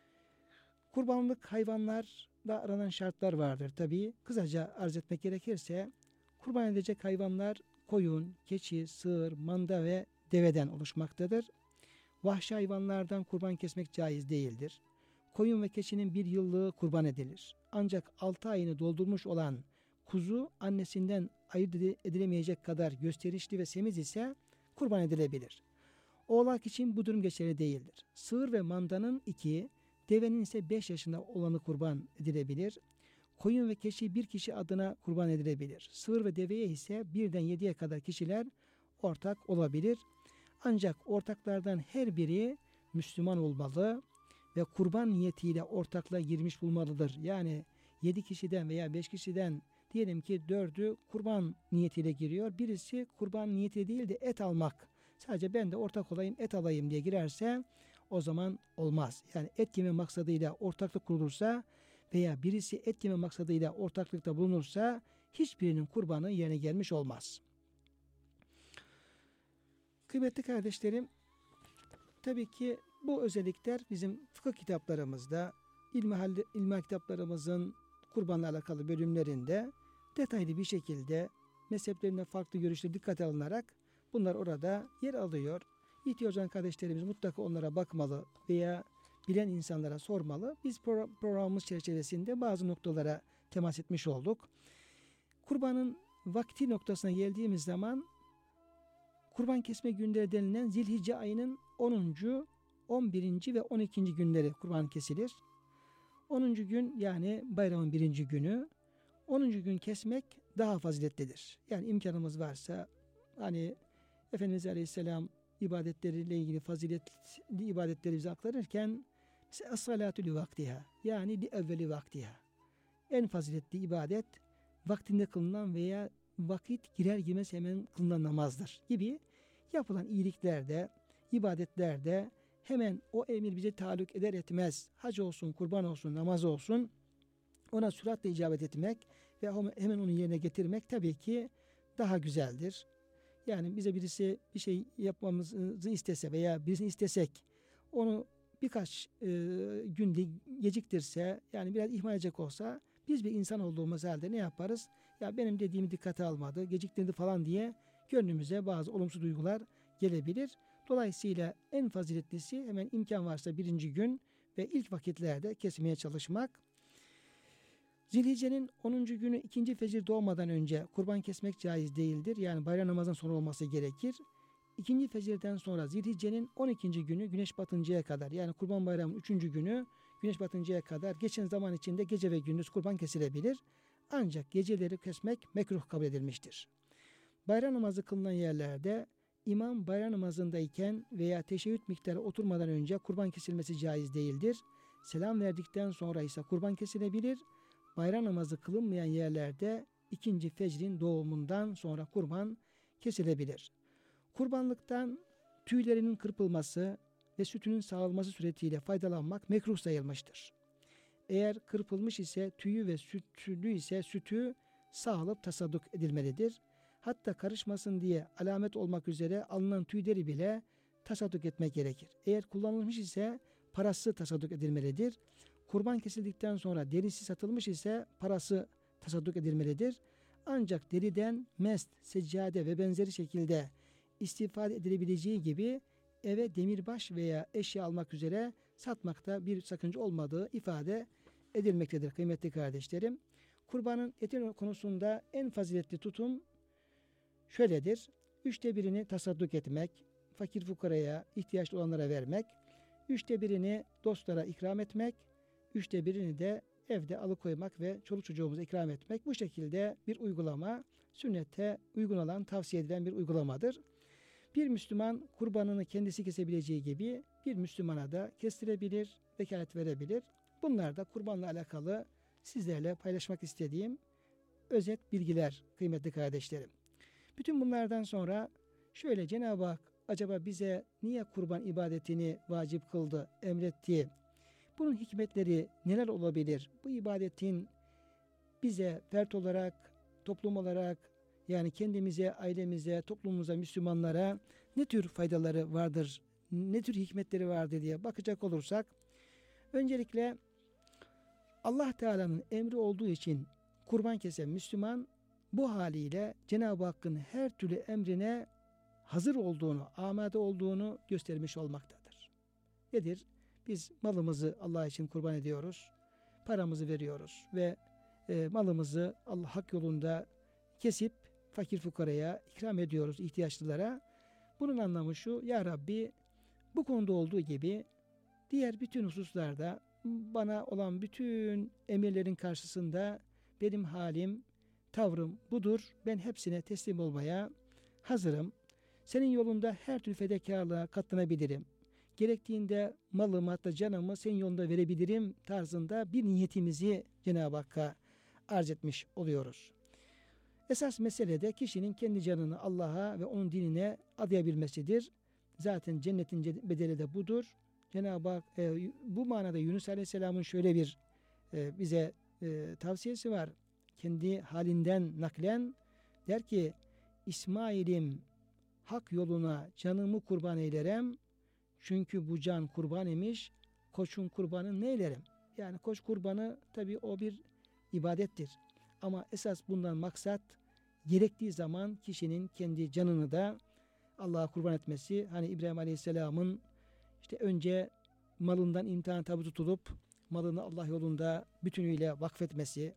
Speaker 2: Kurbanlık hayvanlarda aranan şartlar vardır tabii. Kısaca arz etmek gerekirse kurban edecek hayvanlar koyun, keçi, sığır, manda ve deveden oluşmaktadır. Vahşi hayvanlardan kurban kesmek caiz değildir. Koyun ve keçinin bir yıllığı kurban edilir. Ancak altı ayını doldurmuş olan kuzu annesinden ayırt edilemeyecek kadar gösterişli ve semiz ise kurban edilebilir. Oğlak için bu durum geçerli değildir. Sığır ve mandanın iki, devenin ise beş yaşında olanı kurban edilebilir. Koyun ve keçi bir kişi adına kurban edilebilir. Sığır ve deveye ise birden yediye kadar kişiler ortak olabilir. Ancak ortaklardan her biri Müslüman olmalı ve kurban niyetiyle ortaklığa girmiş bulmalıdır. Yani yedi kişiden veya beş kişiden diyelim ki dördü kurban niyetiyle giriyor. Birisi kurban niyeti değil de et almak. Sadece ben de ortak olayım, et alayım diye girerse o zaman olmaz. Yani et yeme maksadıyla ortaklık kurulursa veya birisi et yeme maksadıyla ortaklıkta bulunursa hiçbirinin kurbanı yerine gelmiş olmaz. Kıymetli kardeşlerim, tabii ki bu özellikler bizim fıkıh kitaplarımızda, ilmihal, ilmihal kitaplarımızın kurbanla alakalı bölümlerinde detaylı bir şekilde mezheplerinde farklı görüşler dikkate alınarak bunlar orada yer alıyor. İhtiyaç olan kardeşlerimiz mutlaka onlara bakmalı veya bilen insanlara sormalı. Biz programımız çerçevesinde bazı noktalara temas etmiş olduk. Kurbanın vakti noktasına geldiğimiz zaman kurban kesme günleri denilen Zilhicce ayının onuncu, on birinci ve on ikinci günleri kurban kesilir. onuncu gün yani bayramın birinci günü. onuncu gün kesmek daha faziletlidir. Yani imkanımız varsa hani Efendimiz Aleyhisselam ibadetleriyle ilgili faziletli ibadetleri bize aktarırken es-salatu li vaktiha yani li evveli vaktiha. En faziletli ibadet vaktinde kılınan veya vakit girer girmez hemen kılınan namazdır gibi yapılan iyiliklerde, ibadetlerde hemen o emir bize taluk eder etmez. Hac olsun, kurban olsun, namaz olsun ona süratle icabet etmek ve hemen onu yerine getirmek tabii ki daha güzeldir. Yani bize birisi bir şey yapmamızı istese veya birisini istesek onu birkaç e, günde geciktirse yani biraz ihmal edecek olsa biz bir insan olduğumuz halde ne yaparız? Ya benim dediğimi dikkate almadı, geciktirdi falan diye gönlümüze bazı olumsuz duygular gelebilir. Dolayısıyla en faziletlisi hemen imkan varsa birinci gün ve ilk vakitlerde kesmeye çalışmak. Zilhicce'nin onuncu günü ikinci fecir doğmadan önce kurban kesmek caiz değildir. Yani bayram namazından sonra olması gerekir. İkinci fecirden sonra Zilhicce'nin on ikinci günü güneş batıncaya kadar yani kurban bayramının üçüncü günü güneş batıncaya kadar geçen zaman içinde gece ve gündüz kurban kesilebilir. Ancak geceleri kesmek mekruh kabul edilmiştir. Bayram namazı kılınan yerlerde imam bayram namazındayken veya teşehhüd miktarı oturmadan önce kurban kesilmesi caiz değildir. Selam verdikten sonra ise kurban kesilebilir. Bayram namazı kılınmayan yerlerde ikinci fecrin doğumundan sonra kurban kesilebilir. Kurbanlıktan tüylerinin kırpılması ve sütünün sağılması suretiyle faydalanmak mekruh sayılmıştır. Eğer kırpılmış ise tüyü ve sütlü ise sütü sağılıp tasadduk edilmelidir. Hatta karışmasın diye alamet olmak üzere alınan tüyleri bile tasadduk etmek gerekir. Eğer kullanılmış ise parası tasadduk edilmelidir. Kurban kesildikten sonra derisi satılmış ise parası tasadduk edilmelidir. Ancak deriden mest, seccade ve benzeri şekilde istifade edilebileceği gibi eve demirbaş veya eşya almak üzere satmakta bir sakınca olmadığı ifade edilmektedir kıymetli kardeşlerim. Kurbanın eti konusunda en faziletli tutum şöyledir. Üçte birini tasadduk etmek, fakir fukaraya, ihtiyaçlı olanlara vermek, üçte birini dostlara ikram etmek, üçte birini de evde alıkoymak ve çoluk çocuğumuza ikram etmek. Bu şekilde bir uygulama sünnete uygun olan, tavsiye edilen bir uygulamadır. Bir Müslüman kurbanını kendisi kesebileceği gibi bir Müslümana da kestirebilir, vekalet verebilir. Bunlar da kurbanla alakalı sizlerle paylaşmak istediğim özet bilgiler kıymetli kardeşlerim. Bütün bunlardan sonra şöyle Cenab-ı Hak acaba bize niye kurban ibadetini vacip kıldı, emretti? Bunun hikmetleri neler olabilir? Bu ibadetin bize fert olarak, toplum olarak yani kendimize, ailemize, toplumumuza, Müslümanlara ne tür faydaları vardır, ne tür hikmetleri vardır diye bakacak olursak öncelikle Allah Teala'nın emri olduğu için kurban kesen Müslüman bu haliyle Cenab-ı Hakk'ın her türlü emrine hazır olduğunu, amade olduğunu göstermiş olmaktadır. Nedir? Biz malımızı Allah için kurban ediyoruz, paramızı veriyoruz ve e, malımızı Allah hak yolunda kesip fakir fukaraya ikram ediyoruz, ihtiyaçlılara. Bunun anlamı şu, Ya Rabbi bu konuda olduğu gibi diğer bütün hususlarda bana olan bütün emirlerin karşısında benim halim, tavrım budur. Ben hepsine teslim olmaya hazırım. Senin yolunda her türlü fedakarlığa katlanabilirim. Gerektiğinde malımı hatta canımı senin yolunda verebilirim tarzında bir niyetimizi Cenab-ı Hakk'a arz etmiş oluyoruz. Esas mesele de kişinin kendi canını Allah'a ve onun dinine adayabilmesidir. Zaten cennetin bedeli de budur. Cenab-ı Hak e, bu manada Yunus Aleyhisselam'ın şöyle bir e, bize e, tavsiyesi var. kendi halinden naklen der ki İsmail'im hak yoluna canımı kurban eylerem. Çünkü bu can kurban imiş. Koçun kurbanı neylerim? Yani koç kurbanı tabii o bir ibadettir. Ama esas bundan maksat gerektiği zaman kişinin kendi canını da Allah'a kurban etmesi. Hani İbrahim Aleyhisselam'ın işte önce malından imtihan tabi tutulup malını Allah yolunda bütünüyle vakfetmesi,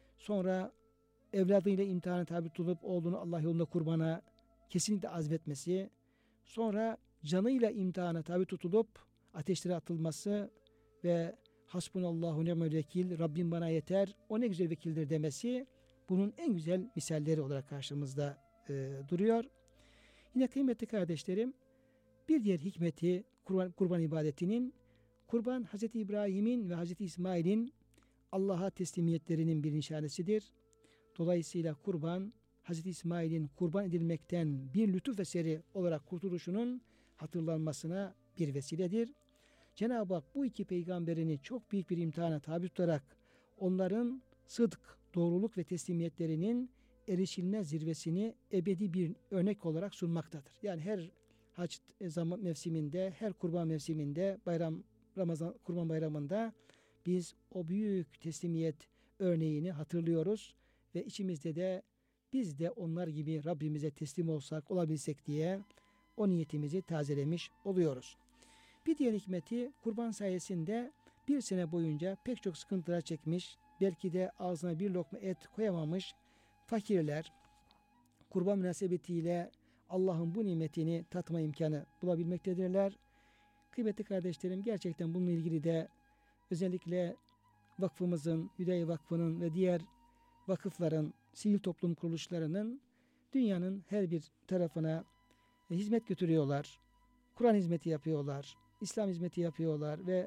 Speaker 2: sonra evladıyla imtihana tabi tutulup oğlunu Allah yolunda kurbana kesinlikle azmetmesi, sonra canıyla imtihana tabi tutulup ateşlere atılması ve hasbunallahu ni'mel vekil, Rabbim bana yeter, o ne güzel vekildir demesi bunun en güzel misalleri olarak karşımızda e, duruyor. Yine kıymetli kardeşlerim, bir diğer hikmeti kurban, kurban ibadetinin, kurban Hazreti İbrahim'in ve Hazreti İsmail'in Allah'a teslimiyetlerinin bir nişanesidir. Dolayısıyla kurban, Hazreti İsmail'in kurban edilmekten bir lütuf eseri olarak kurtuluşunun hatırlanmasına bir vesiledir. Cenab-ı Hak bu iki peygamberini çok büyük bir imtihana tabi tutarak onların sıdk, doğruluk ve teslimiyetlerinin erişilmez zirvesini ebedi bir örnek olarak sunmaktadır. Yani her hac zaman mevsiminde, her kurban mevsiminde, bayram Ramazan Kurban Bayramı'nda biz o büyük teslimiyet örneğini hatırlıyoruz ve içimizde de biz de onlar gibi Rabbimize teslim olsak, olabilsek diye o niyetimizi tazelemiş oluyoruz. Bir diğer hikmeti, kurban sayesinde bir sene boyunca pek çok sıkıntılar çekmiş, belki de ağzına bir lokma et koyamamış fakirler kurban münasebetiyle Allah'ın bu nimetini tatma imkanı bulabilmektedirler. Kıymetli kardeşlerim, gerçekten bununla ilgili de özellikle vakfımızın, Hüdayi Vakfı'nın ve diğer vakıfların, sivil toplum kuruluşlarının dünyanın her bir tarafına hizmet götürüyorlar. Kur'an hizmeti yapıyorlar, İslam hizmeti yapıyorlar ve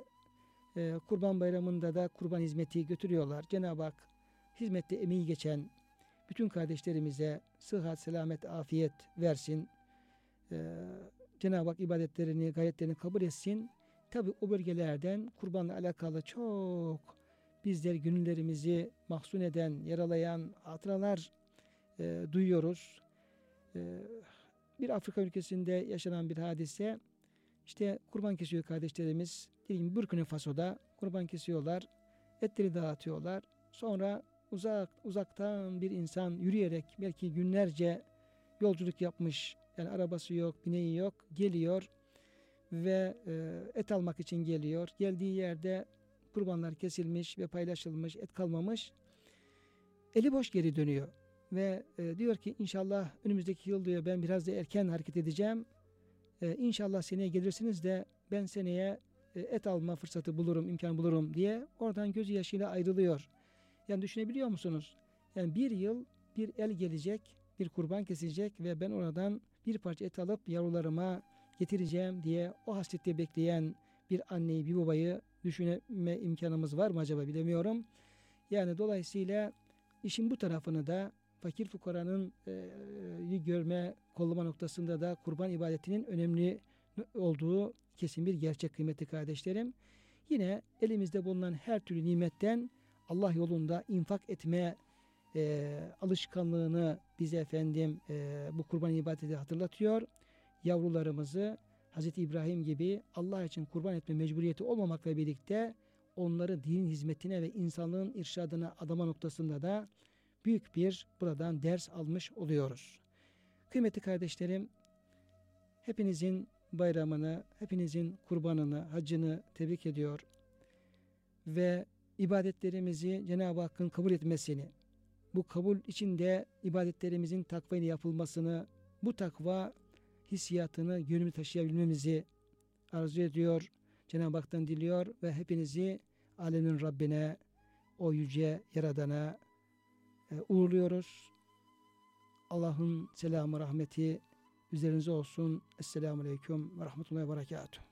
Speaker 2: e, Kurban Bayramı'nda da kurban hizmeti götürüyorlar. Cenab-ı Hak hizmette emeği geçen bütün kardeşlerimize sıhhat, selamet, afiyet versin. Ee, Cenab-ı Hak ibadetlerini, gayretlerini kabul etsin. Tabi o bölgelerden kurbanla alakalı çok bizler gönüllerimizi mahzun eden, yaralayan hatıralar e, duyuyoruz. E, bir Afrika ülkesinde yaşanan bir hadise. İşte kurban kesiyor kardeşlerimiz. Diyelim Burkina Faso'da kurban kesiyorlar. Etleri dağıtıyorlar. Sonra uzak uzaktan bir insan yürüyerek belki günlerce yolculuk yapmış. Yani arabası yok, bineği yok. Geliyor ve e, et almak için geliyor. Geldiği yerde kurbanlar kesilmiş ve paylaşılmış, et kalmamış. Eli boş geri dönüyor. Ve e, diyor ki inşallah önümüzdeki yıl diyor ben biraz da erken hareket edeceğim. E, inşallah seneye gelirsiniz de ben seneye e, et alma fırsatı bulurum, imkan bulurum diye oradan gözü yaşıyla ayrılıyor. Yani düşünebiliyor musunuz? Yani bir yıl bir el gelecek, bir kurban kesilecek ve ben oradan bir parça et alıp yavrularıma getireceğim diye o hasrette bekleyen bir anneyi, bir babayı düşünme imkanımız var mı acaba bilemiyorum. Yani dolayısıyla işin bu tarafını da fakir fukaranın e, görme, kollama noktasında da kurban ibadetinin önemli olduğu kesin bir gerçek kıymetli kardeşlerim. Yine elimizde bulunan her türlü nimetten Allah yolunda infak etme e, alışkanlığını bize efendim e, bu kurban ibadeti hatırlatıyor. Yavrularımızı Hazreti İbrahim gibi Allah için kurban etme mecburiyeti olmamakla birlikte onları din hizmetine ve insanlığın irşadına adama noktasında da büyük bir buradan ders almış oluyoruz. Kıymetli kardeşlerim, hepinizin bayramını, hepinizin kurbanını, hacını tebrik ediyor ve ibadetlerimizi Cenab-ı Hakk'ın kabul etmesini, bu kabul içinde ibadetlerimizin takva ile yapılmasını, bu takva hissiyatını gönlümüze taşıyabilmemizi arzu ediyor. Cenab-ı Hak'tan diliyor ve hepinizi alemin Rabbine, o yüce Yaradan'a e, uğurluyoruz. Allah'ın selamı, rahmeti üzerinize olsun. Esselamu Aleyküm ve Rahmetullahi ve Berekatuhu.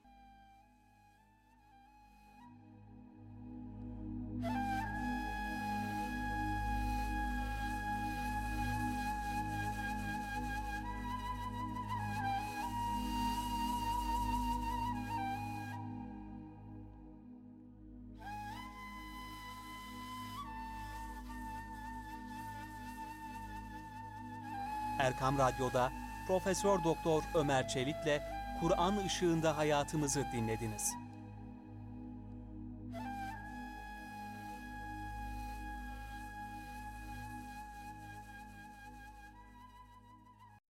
Speaker 1: Erkam Radyo'da Profesör Doktor Ömer Çelik'le Kur'an ışığında hayatımızı dinlediniz.